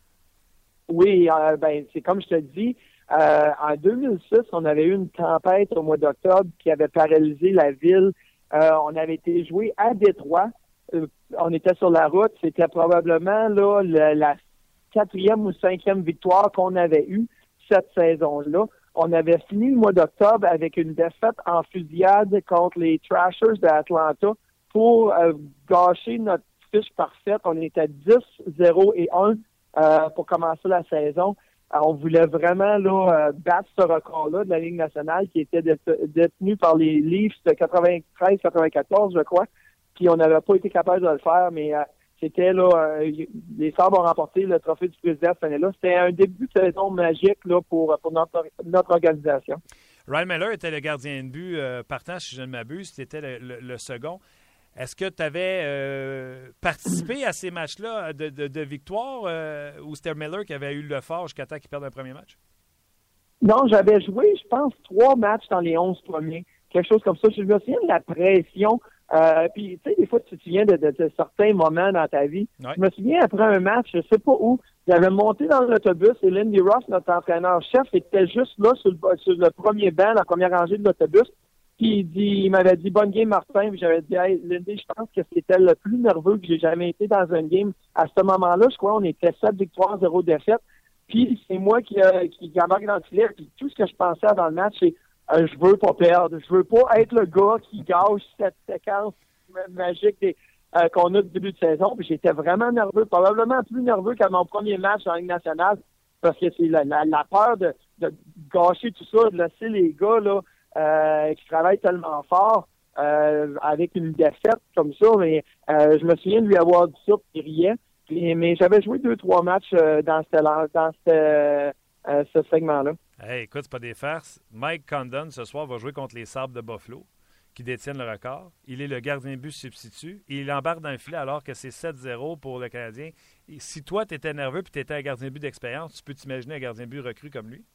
Oui, euh, ben c'est comme je te dis, euh, en deux mille six, on avait eu une tempête au mois d'octobre qui avait paralysé la ville. Euh, on avait été joué à Détroit. Euh, on était sur la route. C'était probablement là la, la quatrième ou cinquième victoire qu'on avait eue cette saison-là. On avait fini le mois d'octobre avec une défaite en fusillade contre les Trashers d'Atlanta pour euh, gâcher notre fiche parfaite. On était dix, zéro et un euh, pour commencer la saison. Alors, on voulait vraiment là, euh, battre ce record-là de la Ligue nationale qui était dé- détenu par les Leafs de quatre-vingt-treize quatre-vingt-quatorze, je crois. Puis on n'avait pas été capable de le faire, mais euh, c'était là, euh, les Sabres ont remporté le trophée du président cette année-là. C'était un début de saison magique là, pour, pour notre, notre organisation. Ryan Miller était le gardien de but euh, partant, si je ne m'abuse. C'était le, le, le second. Est-ce que tu avais euh, participé à ces matchs-là de, de, de victoire euh, ou c'était Miller qui avait eu le fort jusqu'à temps qu'il perde un premier match? Non, j'avais joué, je pense, trois matchs dans les onze premiers. Quelque chose comme ça. Je me souviens de la pression. Euh, puis, tu sais, des fois, tu te souviens de, de, de certains moments dans ta vie. Ouais. Je me souviens, après un match, je sais pas où, j'avais monté dans l'autobus et Lindy Ross, notre entraîneur-chef, était juste là sur le, sur le premier banc, la première rangée de l'autobus. Puis il, dit, il m'avait dit « Bonne game, Martin ». Puis j'avais dit « Hey, Lindy, je pense que c'était le plus nerveux que j'ai jamais été dans un game. » À ce moment-là, je crois, on était sept victoires, zéro défaite. Puis c'est moi qui, euh, qui embarque dans le filet. Puis tout ce que je pensais avant le match, c'est euh, je veux pas perdre. Je veux pas être le gars qui gâche cette séquence magique des, euh, qu'on a du début de saison. Puis j'étais vraiment nerveux, probablement plus nerveux qu'à mon premier match en Ligue nationale, parce que c'est la, la, la peur de, de gâcher tout ça, de laisser les gars là euh, qui travaillent tellement fort euh, avec une défaite comme ça. Mais euh, je me souviens de lui avoir dit ça, puis il riait. Puis, mais j'avais joué deux, trois matchs euh, dans, cette, dans cette, euh, ce segment-là. Hey, écoute, c'est pas des farces. Mike Condon, ce soir, va jouer contre les Sabres de Buffalo, qui détiennent le record. Il est le gardien de but substitut et il embarque dans le filet alors que c'est sept zéro pour le Canadien. Et si toi, tu étais nerveux et tu étais un gardien de but d'expérience, tu peux t'imaginer un gardien de but recru comme lui?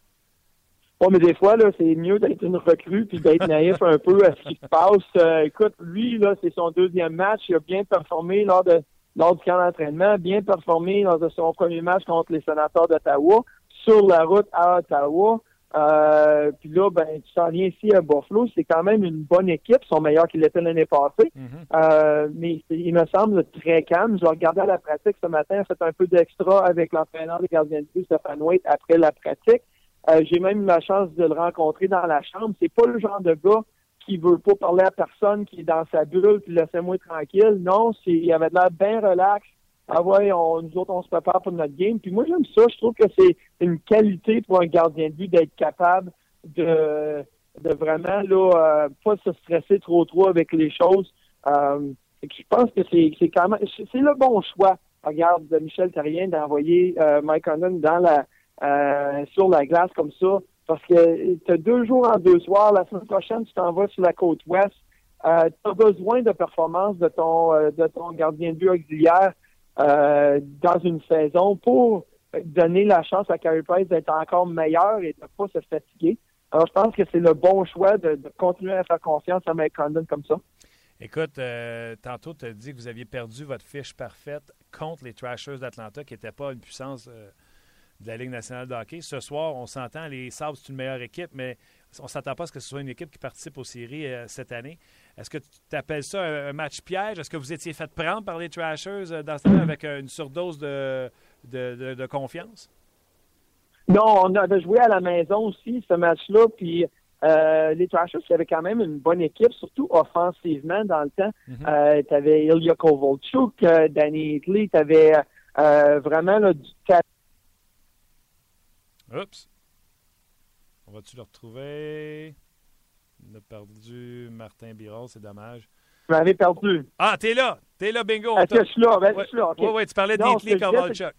Oui, mais des fois, là, c'est mieux d'être une recrue puis d'être naïf un peu à ce qui se passe. Euh, écoute, lui, là, c'est son deuxième match. Il a bien performé lors de lors du camp d'entraînement, bien performé lors de son premier match contre les Sénateurs d'Ottawa, sur la route à Ottawa. Euh, puis là, ben, tu s'en viens ici à Buffalo, c'est quand même une bonne équipe, ils sont meilleurs qu'ils l'étaient l'année passée. Mm-hmm. Euh, mais il me semble très calme. Je regardais à la pratique ce matin, j'ai fait un peu d'extra avec l'entraîneur des gardiens de but, Stéphane Waite, après la pratique. Euh, j'ai même eu la chance de le rencontrer dans la chambre. C'est pas le genre de gars qui veut pas parler à personne, qui est dans sa bulle, puis laissez-moi tranquille. Non, c'est, il avait l'air bien relax. Ah ouais, on, nous autres, on se prépare pour notre game. Puis moi, j'aime ça. Je trouve que c'est une qualité pour un gardien de but d'être capable de, de vraiment là, euh, pas se stresser trop trop avec les choses. Euh, et je pense que c'est, c'est quand même c'est le bon choix. Regarde, de Michel Therrien d'envoyer euh, Mike Condon dans la euh, sur la glace comme ça. Parce que tu as deux jours en deux soirs. La semaine prochaine, tu t'en vas sur la côte ouest. Euh, tu as besoin de performance de ton euh, de ton gardien de but auxiliaire euh, dans une saison pour donner la chance à Carey Price d'être encore meilleur et de ne pas se fatiguer. Alors, je pense que c'est le bon choix de, de continuer à faire confiance à Mike Condon comme ça. Écoute, euh, tantôt, tu as dit que vous aviez perdu votre fiche parfaite contre les Trashers d'Atlanta, qui n'étaient pas une puissance euh, de la Ligue nationale de hockey. Ce soir, on s'entend, les Sabres, c'est une meilleure équipe, mais on ne s'attend pas à ce que ce soit une équipe qui participe aux séries euh, cette année. Est-ce que tu appelles ça un, un match piège? Est-ce que vous étiez fait prendre par les Trashers euh, dans ce temps avec euh, une surdose de, de, de, de confiance? Non, on avait joué à la maison aussi, ce match-là, puis euh, les Trashers, il y avait quand même une bonne équipe, surtout offensivement dans le temps. Mm-hmm. Euh, tu avais Ilya Kovalchuk, euh, Danny Hitley, tu avais euh, vraiment là, du talent. Oups. On va-tu le retrouver? On a perdu Martin Biron, c'est dommage. Vous m'avez perdu. Ah, t'es là! T'es là, bingo! Est-ce que je suis là? Ben, ouais. je suis là, OK. Oui, oui, tu parlais d'Hitley Kovalchuk.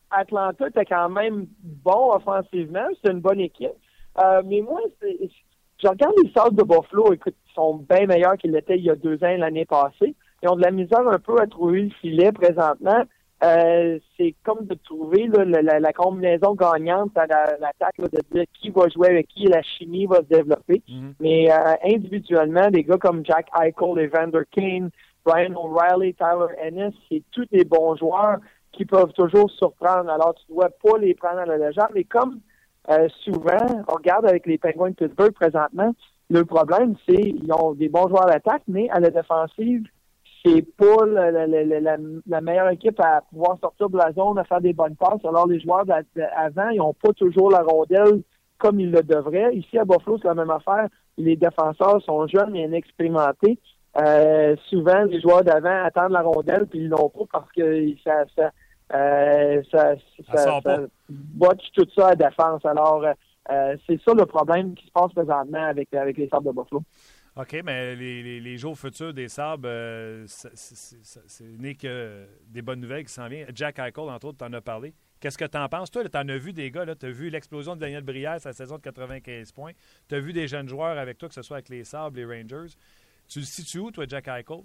Atlanta était quand même bon offensivement. C'est une bonne équipe. Euh, mais moi, c'est, je regarde les Sabres de Buffalo, écoute, ils sont bien meilleurs qu'ils l'étaient il y a deux ans, l'année passée. Ils ont de la misère un peu à trouver le filet présentement. Euh, c'est comme de trouver là, la, la, la combinaison gagnante à la, l'attaque, là, de dire qui va jouer avec qui, la chimie va se développer. Mm-hmm. Mais euh, individuellement, des gars comme Jack Eichel, Evander Kane, Brian O'Reilly, Tyler Ennis, c'est tous des bons joueurs qui peuvent toujours surprendre. Alors, tu dois pas les prendre à la légère. Mais comme euh, souvent, on regarde avec les Penguins de Pittsburgh présentement, le problème, c'est qu'ils ont des bons joueurs d'attaque, mais à la défensive, c'est pas la, la, la, la, la meilleure équipe à pouvoir sortir de la zone, à faire des bonnes passes. Alors, les joueurs d'avant, ils n'ont pas toujours la rondelle comme ils le devraient. Ici, à Buffalo, c'est la même affaire. Les défenseurs sont jeunes et inexpérimentés. Euh, souvent, les joueurs d'avant attendent la rondelle puis ils l'ont pas parce que ça, ça, euh, ça, ça, ça, ça botche tout ça à la défense. Alors, euh, c'est ça le problème qui se passe présentement avec, avec les Sabres de Buffalo. OK, mais les, les, les jours futurs des Sabres, euh, c'est, c'est, c'est, c'est n'est que des bonnes nouvelles qui s'en viennent. Jack Eichel, entre autres, t'en as parlé. Qu'est-ce que t'en penses? Toi, t'en as vu des gars, tu as vu l'explosion de Daniel Brière, sa saison de quatre-vingt-quinze points. Tu as vu des jeunes joueurs avec toi, que ce soit avec les Sabres, les Rangers. Tu le situes où, toi, Jack Eichel?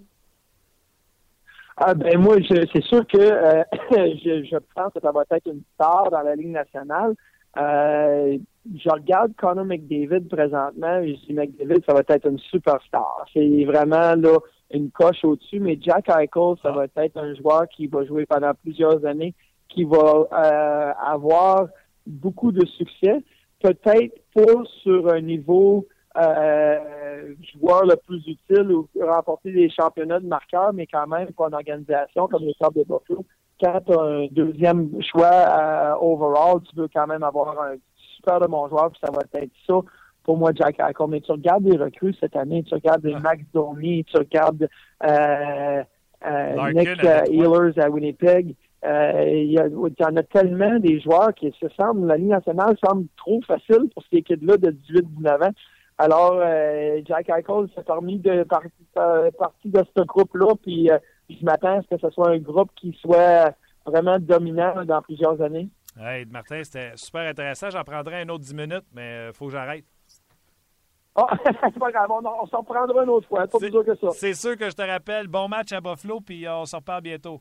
Ah ben moi, je, c'est sûr que euh, je, je pense que ça va être une star dans la Ligue nationale. Euh, je regarde Connor McDavid présentement et je dis McDavid, ça va être une superstar. C'est vraiment là une coche au-dessus, mais Jack Eichel, ça va être un joueur qui va jouer pendant plusieurs années, qui va euh, avoir beaucoup de succès. Peut-être pas sur un niveau euh, joueur le plus utile ou remporter des championnats de marqueurs, mais quand même pour une organisation comme les Sabres de Buffalo. Quand tu as un deuxième choix euh, overall, tu veux quand même avoir un super de bon joueur, puis ça va être ça pour moi, Jack Eichel. Mais tu regardes les recrues cette année, tu regardes les Max Domi, tu regardes euh, euh, Nick euh, Ehlers à Winnipeg. Euh, il y, y en a tellement des joueurs qui se semblent, la Ligue nationale semble trop facile pour ces kids-là de dix-huit dix-neuf ans. Alors, euh, Jack Eichel s'est permis de partie euh, partie de ce groupe-là, puis euh, je m'attends à ce que ce soit un groupe qui soit vraiment dominant dans plusieurs années. Hey, Martin, c'était super intéressant. J'en prendrai un autre dix minutes, mais il faut que j'arrête. Ah, oh, c'est pas grave. On, on s'en prendra une autre fois. Pas plus dur que ça. C'est sûr que je te rappelle. Bon match à Buffalo, puis on s'en reparle bientôt.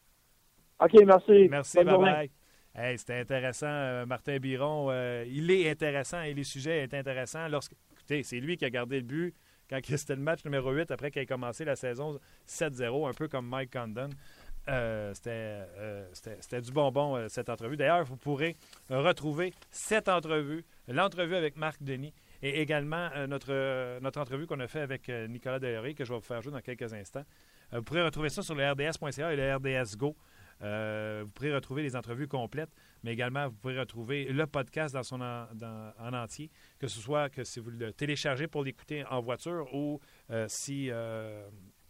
OK, merci. Merci, bye-bye. Hey, c'était intéressant, euh, Martin Biron. Euh, il est intéressant et les sujets sont intéressants. Lorsque, écoutez, c'est lui qui a gardé le but quand c'était le match numéro huit après qu'il ait commencé la saison sept zéro, un peu comme Mike Condon. Euh, c'était, euh, c'était, c'était du bonbon, euh, cette entrevue. D'ailleurs, vous pourrez retrouver cette entrevue, l'entrevue avec Marc Denis et également euh, notre, euh, notre entrevue qu'on a fait avec euh, Nicolas Deslauriers, que je vais vous faire jouer dans quelques instants. Euh, vous pourrez retrouver ça sur le R D S point C A et le R D S Go. Euh, vous pourrez retrouver les entrevues complètes, mais également vous pourrez retrouver le podcast dans son en, dans, en entier, que ce soit que si vous le téléchargez pour l'écouter en voiture ou euh, si, euh,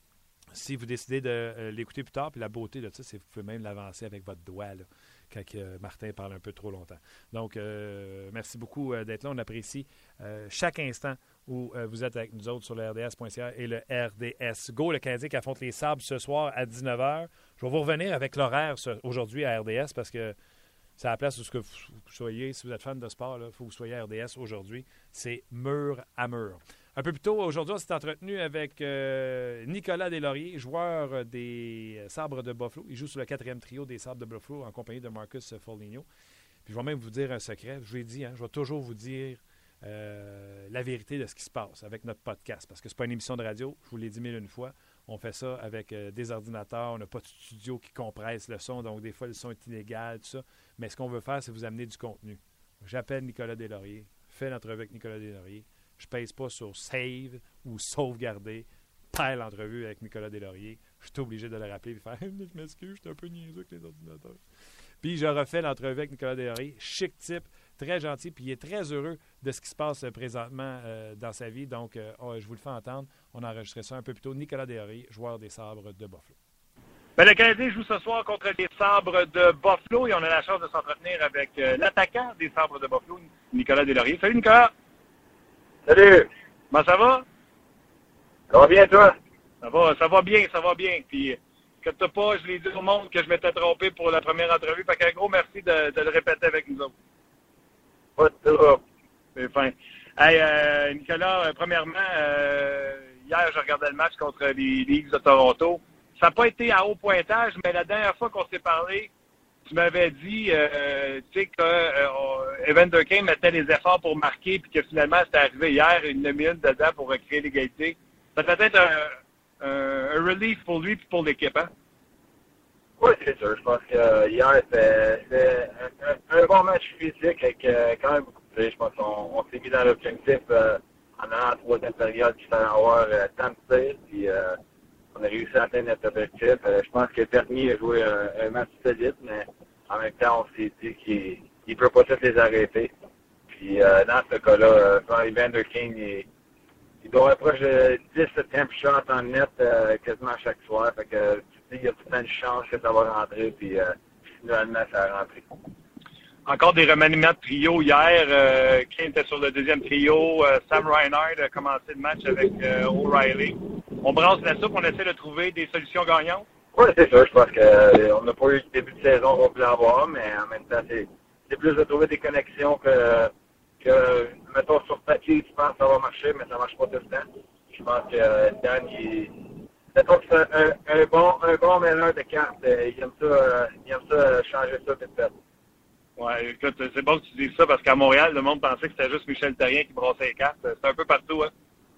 si vous décidez de euh, l'écouter plus tard. Puis la beauté de ça, c'est que vous pouvez même l'avancer avec votre doigt là, quand euh, Martin parle un peu trop longtemps. Donc, euh, merci beaucoup euh, d'être là. On apprécie euh, chaque instant où euh, vous êtes avec nous autres sur le R D S point C A et le R D S Go. Le Canadien qui affronte les Sabres ce soir à dix-neuf heures. Je vais vous revenir avec l'horaire ce, aujourd'hui à R D S parce que c'est à la place où ce que vous soyez. Si vous êtes fan de sport, il faut que vous soyez à R D S aujourd'hui. C'est mur à mur. Un peu plus tôt, aujourd'hui, on s'est entretenu avec euh, Nicolas Deslauriers, joueur des Sabres de Buffalo. Il joue sur le quatrième trio des Sabres de Buffalo en compagnie de Marcus Foligno. Puis je vais même vous dire un secret. Je vous l'ai dit, hein, je vais toujours vous dire euh, la vérité de ce qui se passe avec notre podcast. Parce que c'est pas une émission de radio, je vous l'ai dit mille une fois. On fait ça avec euh, des ordinateurs. On n'a pas de studio qui compresse le son, donc des fois, le son est illégal, tout ça. Mais ce qu'on veut faire, c'est vous amener du contenu. J'appelle Nicolas Deslauriers, fais l'entrevue avec Nicolas Deslauriers. Je ne pèse pas sur save ou sauvegarder. Telle l'entrevue avec Nicolas Deslauriers. Je suis obligé de le rappeler et de faire « Je m'excuse, je suis un peu niaiseux avec les ordinateurs. » Puis je refais l'entrevue avec Nicolas Deslauriers. Chic type, très gentil, puis il est très heureux de ce qui se passe présentement euh, dans sa vie. Donc, euh, oh, je vous le fais entendre. On a enregistré ça un peu plus tôt. Nicolas Deslauriers, joueur des Sabres de Buffalo. Ben, le Canadien joue ce soir contre les Sabres de Buffalo et on a la chance de s'entretenir avec euh, l'attaquant des Sabres de Buffalo, Nicolas Deslauriers. Salut Nicolas! Salut! Comment ça va? Ça va bien, toi? Ça va, ça va bien, ça va bien. Puis, inquiète-toi pas, je l'ai dit au monde que je m'étais trompé pour la première entrevue. Fait qu'un gros merci de, de le répéter avec nous autres. Pas de trouble. C'est fin. Hey, euh, Nicolas, euh, premièrement, euh, hier, je regardais le match contre les Leafs de Toronto. Ça n'a pas été à haut pointage, mais la dernière fois qu'on s'est parlé, tu m'avais dit euh, tu sais, que euh, Evander Kane mettait des efforts pour marquer, puis que finalement, c'était arrivé hier, une minute dedans pour créer l'égalité. Ça peut être un, un, un relief pour lui et pour l'équipe, hein? Oui, c'est sûr. Je pense que euh, hier, c'était un, un, un bon match physique avec euh, quand même beaucoup de play. Je pense qu'on on s'est mis dans l'objectif euh, en allant à la troisième période qui fallait avoir euh, tant de tirs, puis euh, on a réussi à atteindre notre objectif. Euh, je pense que Bernier a joué un, un match solide, mais en même temps, on s'est dit qu'il ne peut pas tous les arrêter. Puis euh, dans ce cas-là, euh, Evander Kane, il, il doit approcher de dix temp shots en net euh, quasiment chaque soir. Fait que tu te dis qu'il y a tout le temps une chance que ça va rentrer, puis euh, finalement, ça a rentré. Encore des remaniements de trio hier. Euh, Kane était sur le deuxième trio. Euh, Sam Reinhart a commencé le match avec euh, O'Reilly. On brasse la soupe, on essaie de trouver des solutions gagnantes. Oui, c'est ça. Je pense qu'on euh, n'a pas eu le début de saison qu'on voulait avoir, mais en même temps, c'est, c'est plus de trouver des connexions que, que, mettons, sur papier, tu penses que ça va marcher, mais ça ne marche pas tout le temps. Je pense que euh, Dan, il, mettons que c'est un, un, bon, un bon meneur de cartes. Il aime ça, euh, il aime ça changer ça vite fait. Ouais, écoute, c'est bon que tu dises ça parce qu'à Montréal, le monde pensait que c'était juste Michel Therrien qui brassait les cartes. C'est un peu partout, hein?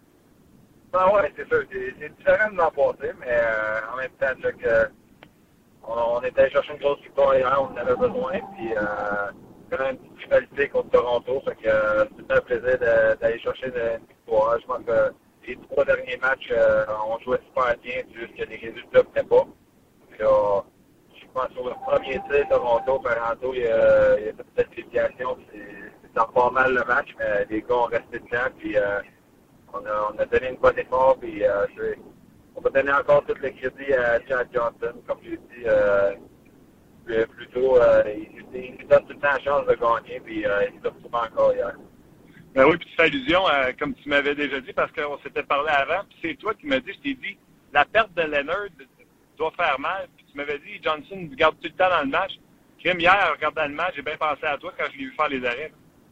Ben ouais, c'est sûr. C'est, c'est différent de l'an passé, mais euh, en même temps, c'est que on, on était allé chercher une grosse victoire hier, on en avait besoin, puis euh, quand même une petite rivalité contre Toronto, fait que euh, c'était un plaisir de, d'aller chercher une victoire. Je pense que les trois derniers matchs, euh, on jouait super bien, c'est juste que les résultats ne venaient pas. Puis là, je pense sur le premier tir, Toronto, Toronto, il y a, il y a fait cette déviation, c'est, c'est pas mal le match, mais les gars ont resté dedans, puis euh, On a, on a donné une bonne effort, puis euh, on va donner encore tout le crédit à Chad Johnson. Comme je l'ai dit euh, plus, plus tôt, euh, il, il nous donne tout le temps la chance de gagner, puis euh, il nous a prouvé encore hier. Ben oui, puis tu fais allusion, à, comme tu m'avais déjà dit, parce qu'on s'était parlé avant, puis c'est toi qui m'as dit, je t'ai dit, la perte de Leonard doit faire mal, puis tu m'avais dit, Johnson garde tout le temps dans le match. Kim, hier, en regardant le match, j'ai bien pensé à toi quand je l'ai vu faire les arrêts.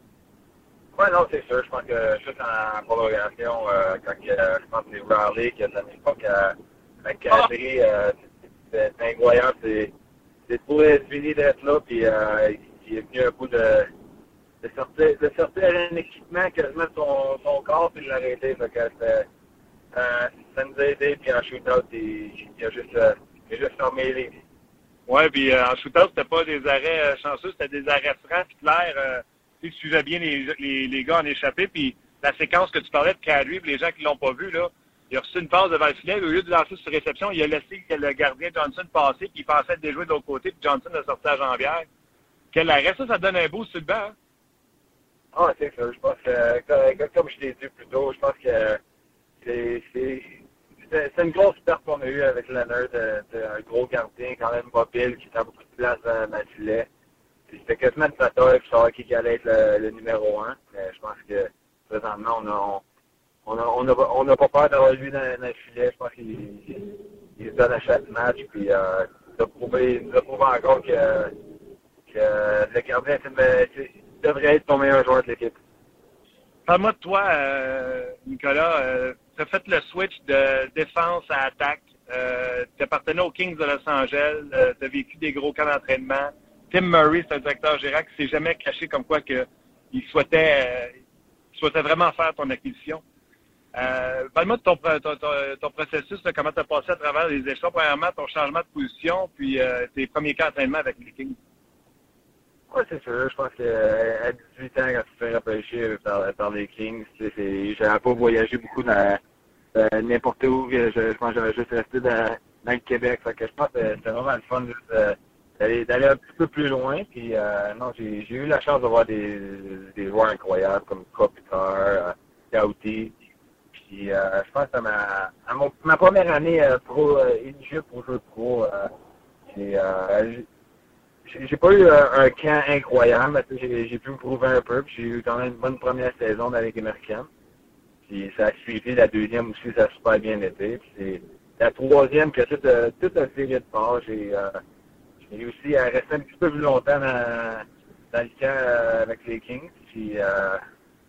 Oui, non, c'est sûr. Je pense que juste en prolongation, euh, quand euh, je pense que c'est Raleigh qui a donné pas avec Kadri, euh, c'est, c'est incroyable. C'est, c'est pour fini d'être là, puis euh, il est venu un coup de, de sortir de sortir un équipement quasiment de son, son corps puis de l'arrêter. Fait que c'est, euh, ça nous a aidé, puis en shootout, il, il a juste euh, il a juste fermé les. Oui, puis euh, en shootout, c'était pas des arrêts euh, chanceux, c'était des arrêts francs puis clairs. Euh, tu suivais bien les, les, les gars en échappé, puis la séquence que tu parlais de Kadri, les gens qui l'ont pas vu, là, il a reçu une passe devant le filet, au lieu de lancer sur réception, il a laissé le gardien Johnson passer, puis il pensait déjouer de l'autre côté, puis Johnson a sorti la jambière. Quel arrêt, ça, ça donne un beau sur le banc, hein? Ah, c'est ça. Je pense que, comme je l'ai dit plus tôt, je pense que c'est, c'est, c'est, c'est une grosse perte qu'on a eue avec Leonard, un gros gardien quand même mobile, qui a beaucoup de place dans le filet. C'était quasiment une bataille pour savoir qui allait être le, le numéro un. Mais je pense que présentement, on n'a on a, on a, on a pas peur d'avoir lui dans, dans le filet. Je pense qu'il il, il se donne à chaque match. Puis euh, il a prouvé, il a prouvé encore que, que le gardien devrait être ton meilleur joueur de l'équipe. Parle-moi de toi, euh, Nicolas. Euh, tu as fait le switch de défense à attaque. Euh, tu appartenais aux Kings de Los Angeles. Euh, tu as vécu des gros camps d'entraînement. Tim Murray, c'est un directeur général qui ne s'est jamais caché comme quoi que il souhaitait, euh, il souhaitait vraiment faire ton acquisition. Euh, Parle-moi de ton, ton, ton, ton processus, là, comment tu as passé à travers les échelons. Premièrement, ton changement de position, puis euh, tes premiers cas d'entraînement avec les Kings. Oui, c'est sûr. Je pense qu'à dix-huit ans, quand tu te fais repêcher par, par les Kings, je n'avais pas voyagé beaucoup dans, dans n'importe où. Je, je pense que j'avais juste resté dans, dans le Québec. Fait que je pense que c'était vraiment le fun juste, euh, D'aller, d'aller un petit peu plus loin, puis euh, non, j'ai, j'ai eu la chance de voir des, des joueurs incroyables comme Kopitar, Gauti, puis euh, je pense que ma, à mon, ma première année euh, pro, euh, éligible pour jeu pro, euh, j'ai, euh, j'ai, j'ai pas eu un, un camp incroyable, mais j'ai, j'ai pu me prouver un peu, puis j'ai eu quand même une bonne première saison dans la Ligue américaine, puis ça a suivi, la deuxième aussi, ça a super bien été, puis c'est la troisième que tout, euh, tout a fait de part, j'ai... Euh, J'ai réussi à rester un petit peu plus longtemps dans, dans le camp euh, avec les Kings. Puis, euh,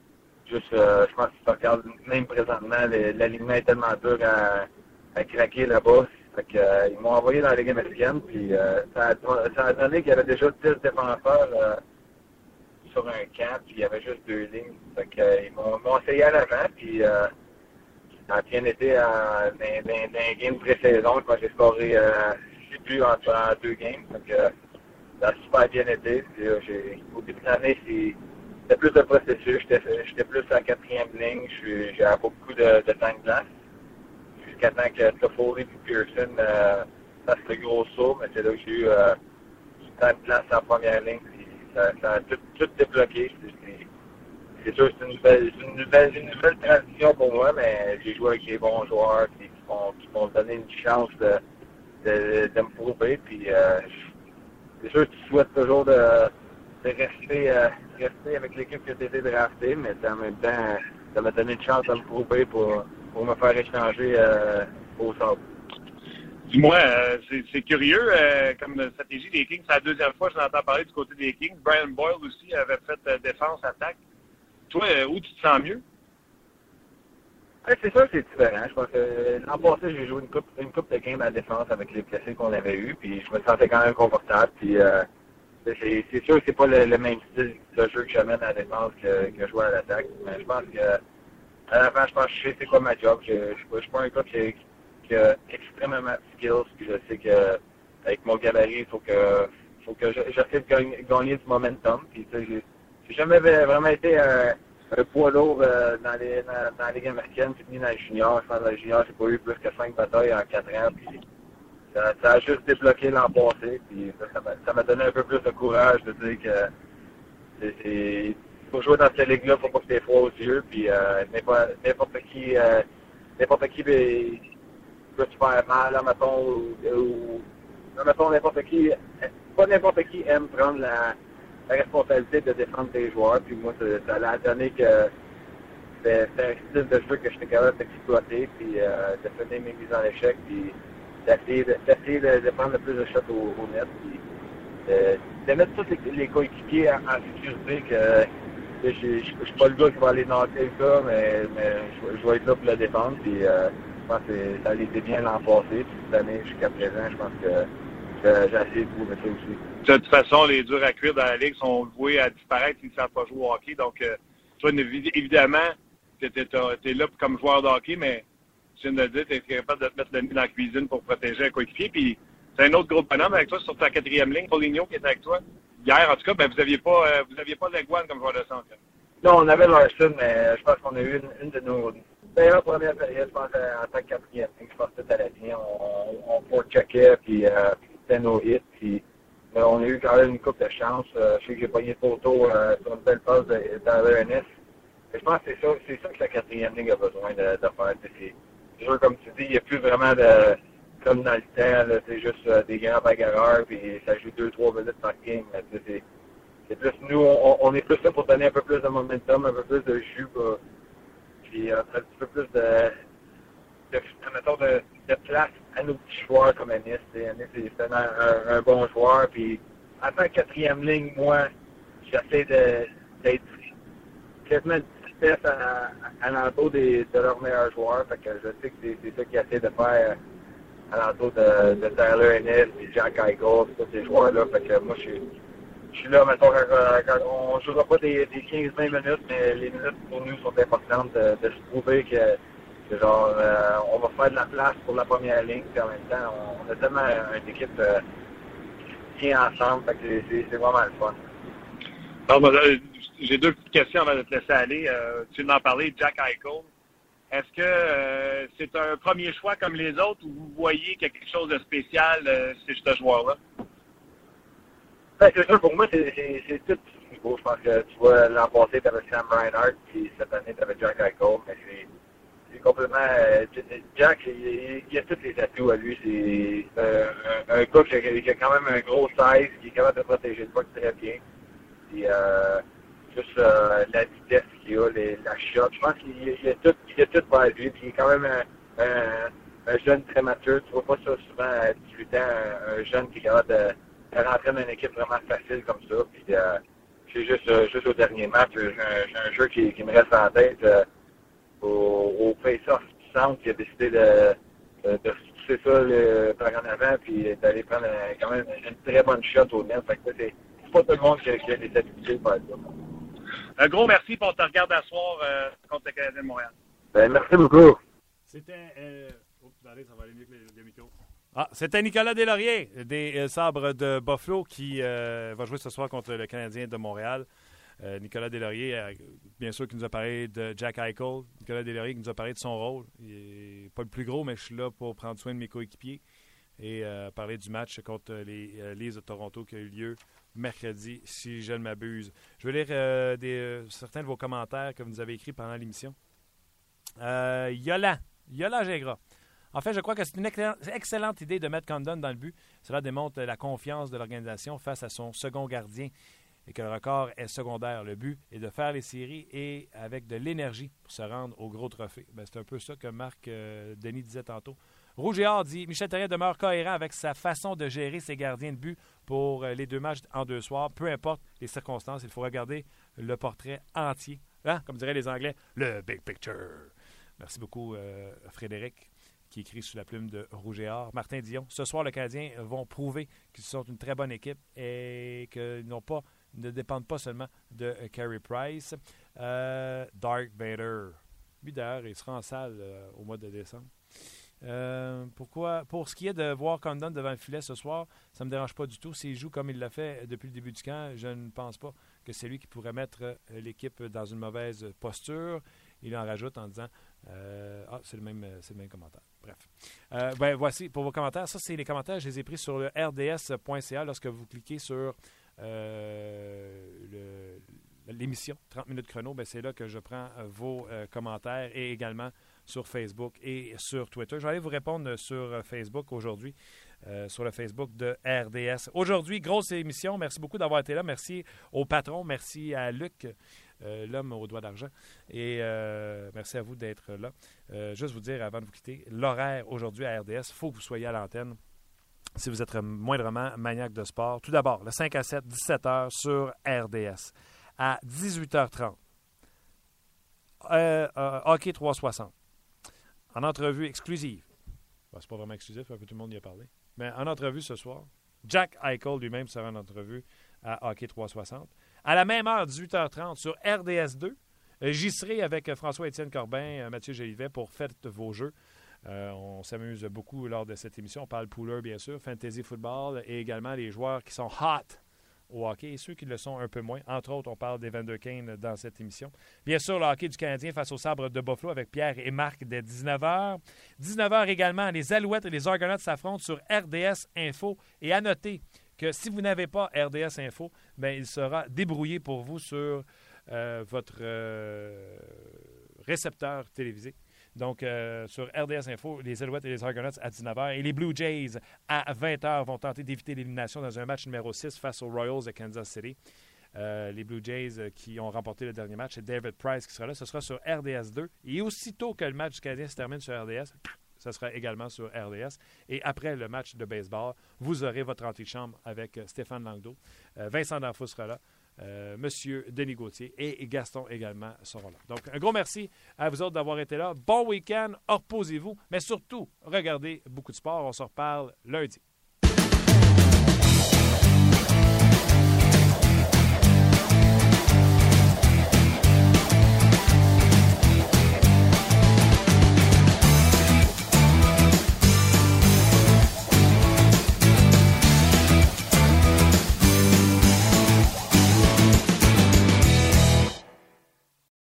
juste, euh, je pense que tu regardes même présentement, l'alignement est tellement dur à, à craquer là-bas. Fait que, euh, ils m'ont envoyé dans la Ligue américaine, puis euh, ça, a, ça a donné qu'il y avait déjà dix défenseurs euh, sur un camp, puis il y avait juste deux lignes. Fait que, euh, ils m'ont essayé à l'avant, puis euh, ça a bien été euh, dans, dans, dans un game pré-saison. Je pense que j'ai scoré, euh, je sais plus, en, en deux games. Fait que, ça a super bien été. Puis, euh, au début de l'année, c'était plus de processus. J'étais plus à la quatrième ligne. J'avais pas beaucoup de, de temps de glace. Jusqu'à temps que Toffoli et Pearson euh, fassent le gros saut. Mais c'est là que j'ai eu euh, du temps de glace en première ligne. Puis ça, ça a tout, tout débloqué. C'est sûr que c'est une nouvelle, une, nouvelle, une nouvelle transition pour moi, mais j'ai joué avec des bons joueurs qui m'ont donné une chance de, de, de me prouver. Puis euh, c'est sûr que tu souhaites toujours de, de rester, euh, rester avec l'équipe que tu as été drafté, mais en même temps, ça m'a donné une chance de me prouver pour, pour me faire échanger euh, au sable. Dis-moi, euh, c'est curieux euh, comme stratégie des Kings. C'est la deuxième fois que je l'entends parler du côté des Kings. Brian Boyle aussi avait fait euh, défense-attaque. Toi, euh, où tu te sens mieux? Ouais, c'est sûr que c'est différent. Je pense que euh, l'an passé, j'ai joué une coupe, une coupe de game à la défense avec les blessés qu'on avait eus, puis je me sentais quand même confortable. Puis euh, c'est sûr que c'est pas le, le même style de jeu que j'amène à la défense que, que jouer à l'attaque. Mais je pense que à la fin, je pense que je sais c'est quoi ma job. Je, je, je suis pas un gars qui, qui a extrêmement de skills, puis je sais que avec mon gabarit, il faut que faut que j'essaie de gagner, gagner du momentum. Puis tu sais, j'ai jamais vraiment été un, un poids lourd euh, dans, les, dans, dans la Ligue américaine, puis ni dans les juniors. Je pense que dans les juniors, j'ai pas eu plus que cinq batailles en quatre ans. Puis ça, ça a juste débloqué l'an passé. Puis ça m'a donné un peu plus de courage de dire que c'est pour jouer dans cette ligue-là, faut pas que tu aies froid aux yeux. Puis euh, n'importe qui, euh, n'importe qui peut, peut te faire mal, là, mettons, ou, ou mettons, n'importe qui, pas n'importe qui aime prendre la la responsabilité de défendre tes joueurs. Puis moi, ça, ça a donné que c'était un style de jeu que j'étais capable d'exploiter, puis euh, de finir mes mises en échec, puis d'essayer de, de, de prendre le plus de shots au, au net, puis de, de mettre tous les, les coéquipiers en, en sécurité, que je ne suis pas le gars qui va aller knocker le gars, mais, mais je, je vais être là pour le défendre. Puis euh, je pense que ça a été bien l'an passé, puis cette année jusqu'à présent, je pense que j'ai essayé de prouver ça aussi. De toute façon, les durs à cuire dans la Ligue sont voués à disparaître s'ils ne savent pas jouer au hockey. Donc, euh, toi, évidemment, tu es là comme joueur de hockey, mais tu viens de le dire, tu es capable de te mettre le nez dans la cuisine pour protéger un coéquipier. Puis, c'est un autre gros bonhomme avec toi sur ta quatrième ligne, Paulinho, qui était avec toi. Hier, en tout cas, ben, vous n'aviez pas, euh, vous aviez pas Leguan comme joueur de centre. Non, on avait Larson, mais je pense qu'on a eu une, une de nos meilleures premières périodes, je pense, en tant que quatrième ligne. Je pense que tout allait bien. On, on, on checkait, puis euh, c'était nos hits, puis euh, on a eu quand même une coupe de chance. Euh, je sais que j'ai pogné photo euh, sur une belle passe de Tyler Ennis. Je pense que c'est ça, c'est ça que la quatrième ligne a besoin de, de faire. C'est sûr, comme tu dis, il n'y a plus vraiment de, comme dans le temps, c'est juste euh, des grands bagarreurs, puis ça joue deux trois minutes par game. C'est, c'est plus, nous, on, on est plus là pour donner un peu plus de momentum, un peu plus de jus, bah, puis euh, un petit peu plus de, de, mettons, de, de place à nos petits joueurs comme Ennis. Ennis, c'est un, un, un bon joueur, puis en tant que quatrième ligne, moi, j'essaie de, d'être quasiment vitesse à, à, à l'entour des, de leurs meilleurs joueurs. Fait que je sais que c'est, c'est ça qu'ils essaient de faire à l'entour de, de Tyler Ennis et Jack Eichel, tous ces joueurs-là. Fait que moi, je suis, je suis là, mettons, quand, quand on ne jouera pas des, des quinze vingt minutes, mais les minutes pour nous sont importantes de, de se prouver que, que genre, euh, on va faire de la place pour la première ligne, puis en même temps, on, on a tellement une équipe euh, qui tient ensemble. Fait que c'est, c'est, c'est vraiment le fun. Alors, ben, j'ai deux petites questions avant de te laisser aller. Euh, tu viens d'en parler, Jack Eichel. Est-ce que euh, c'est un premier choix comme les autres ou vous voyez qu'il y a quelque chose de spécial euh, chez ce joueur-là? Ben, c'est sûr, pour moi, c'est, c'est, c'est tout nouveau. Je pense que tu vois, l'an passé, tu avais Sam Reinhart, puis cette année, tu avais Jack Eichel. Mais c'est, c'est complètement... Euh, Jack, il, il a tous les atouts à lui. C'est euh, un, un gars qui a, qui a quand même un gros size, qui est capable de protéger le puck très bien. Puis, euh, juste euh, la vitesse qu'il a, les, la shot. Je pense qu'il il a tout, il a tout vers lui. Puis il est quand même un, un, un jeune très mature. Tu vois pas ça souvent à dix-huit ans, un, un jeune qui est capable de, de rentrer dans une équipe vraiment facile comme ça. Puis euh, c'est juste, euh, juste au dernier match, j'ai un, j'ai un jeu qui, qui me reste en tête euh, au, au face-off du centre qui a décidé de, de, de repousser ça le, par en avant puis d'aller prendre un, quand même une très bonne shot au net. Fait que c'est, c'est pas tout le monde qui, qui a des habitudes de faire ça. Un gros merci pour on te regarde à soir euh, contre le Canadien de Montréal. Ben, merci beaucoup. C'était... Euh... Oups, allez, ça va aller mieux que le, le micro. Ah, c'était Nicolas Deslauriers des euh, Sabres de Buffalo qui euh, va jouer ce soir contre le Canadien de Montréal. Euh, Nicolas Deslauriers, euh, bien sûr, qui nous a parlé de Jack Eichel. Nicolas Deslauriers qui nous a parlé de son rôle. Il n'est pas le plus gros, mais je suis là pour prendre soin de mes coéquipiers et euh, parler du match contre les euh, Leafs de Toronto qui a eu lieu mercredi, si je ne m'abuse. Je vais lire euh, des, euh, certains de vos commentaires que vous nous avez écrits pendant l'émission. Euh, Yola, Yola Gingras. En fait, je crois que c'est une excellente idée de mettre Condon dans le but. Cela démontre la confiance de l'organisation face à son second gardien et que le record est secondaire. Le but est de faire les séries et avec de l'énergie pour se rendre au gros trophée. Ben, c'est un peu ça que Marc euh, Denis disait tantôt. Rouge et Or dit « Michel Therrien demeure cohérent avec sa façon de gérer ses gardiens de but pour euh, les deux matchs en deux soirs. Peu importe les circonstances, il faut regarder le portrait entier. Hein? Comme diraient les Anglais, le big picture. » Merci beaucoup, euh, Frédéric, qui écrit sous la plume de Rouge et Or. Martin Dion, ce soir, les Canadiens vont prouver qu'ils sont une très bonne équipe et qu'ils n'ont pas, ne dépendent pas seulement de uh, Carey Price. Euh, Dark Vader. Lui, d'ailleurs, il sera en salle euh, au mois de décembre. Euh, pourquoi? Pour ce qui est de voir Condon devant le filet ce soir, ça ne me dérange pas du tout. S'il joue comme il l'a fait depuis le début du camp, je ne pense pas que c'est lui qui pourrait mettre euh, l'équipe dans une mauvaise posture. Il en rajoute en disant euh, ah, c'est le même, c'est le même commentaire. Bref. Euh, ben, voici pour vos commentaires. Ça, c'est les commentaires. Je les ai pris sur le r d s point c a lorsque vous cliquez sur euh, le, l'émission trente minutes chrono. Ben, c'est là que je prends vos euh, commentaires et également sur Facebook et sur Twitter. Je vais aller vous répondre sur Facebook aujourd'hui, euh, sur le Facebook de R D S. Aujourd'hui, grosse émission. Merci beaucoup d'avoir été là. Merci au patron. Merci à Luc, euh, l'homme au doigt d'argent. Et euh, merci à vous d'être là. Euh, juste vous dire, avant de vous quitter, l'horaire aujourd'hui à R D S, il faut que vous soyez à l'antenne si vous êtes moindrement maniaque de sport. Tout d'abord, le cinq à sept, dix-sept heures sur R D S. À dix-huit heures trente, euh, euh, Hockey trois cent soixante. En entrevue exclusive. Ben, c'est pas vraiment exclusif, un peu tout le monde y a parlé. Mais en entrevue ce soir, Jack Eichel lui-même sera en entrevue à Hockey trois cent soixante. À la même heure, dix-huit heures trente, sur R D S deux, j'y serai avec François-Étienne Corbin, Mathieu Gélivet pour Faites vos jeux. Euh, on s'amuse beaucoup lors de cette émission. On parle poolers, bien sûr, fantasy football et également les joueurs qui sont hot au hockey et ceux qui le sont un peu moins. Entre autres, on parle d'Evander Kane dans cette émission. Bien sûr, le hockey du Canadien face aux Sabres de Buffalo avec Pierre et Marc dès dix-neuf heures. dix-neuf heures également, les Alouettes et les Argonauts s'affrontent sur R D S Info. Et à noter que si vous n'avez pas R D S Info, bien, il sera débrouillé pour vous sur euh, votre euh, récepteur télévisé. Donc, euh, sur R D S Info, les Alouettes et les Argonauts à dix-neuf heures et les Blue Jays à vingt heures vont tenter d'éviter l'élimination dans un match numéro six face aux Royals de Kansas City. Euh, les Blue Jays euh, qui ont remporté le dernier match, c'est David Price qui sera là. Ce sera sur R D S deux. Et aussitôt que le match du Canadien se termine sur R D S, ce sera également sur R D S. Et après le match de baseball, vous aurez votre antichambre avec euh, Stéphane Langdo. Euh, Vincent D'Anfou sera là. Euh, Monsieur Denis Gauthier et Gaston également seront là. Donc, un gros merci à vous autres d'avoir été là. Bon week-end, reposez-vous, mais surtout, regardez beaucoup de sport. On se reparle lundi.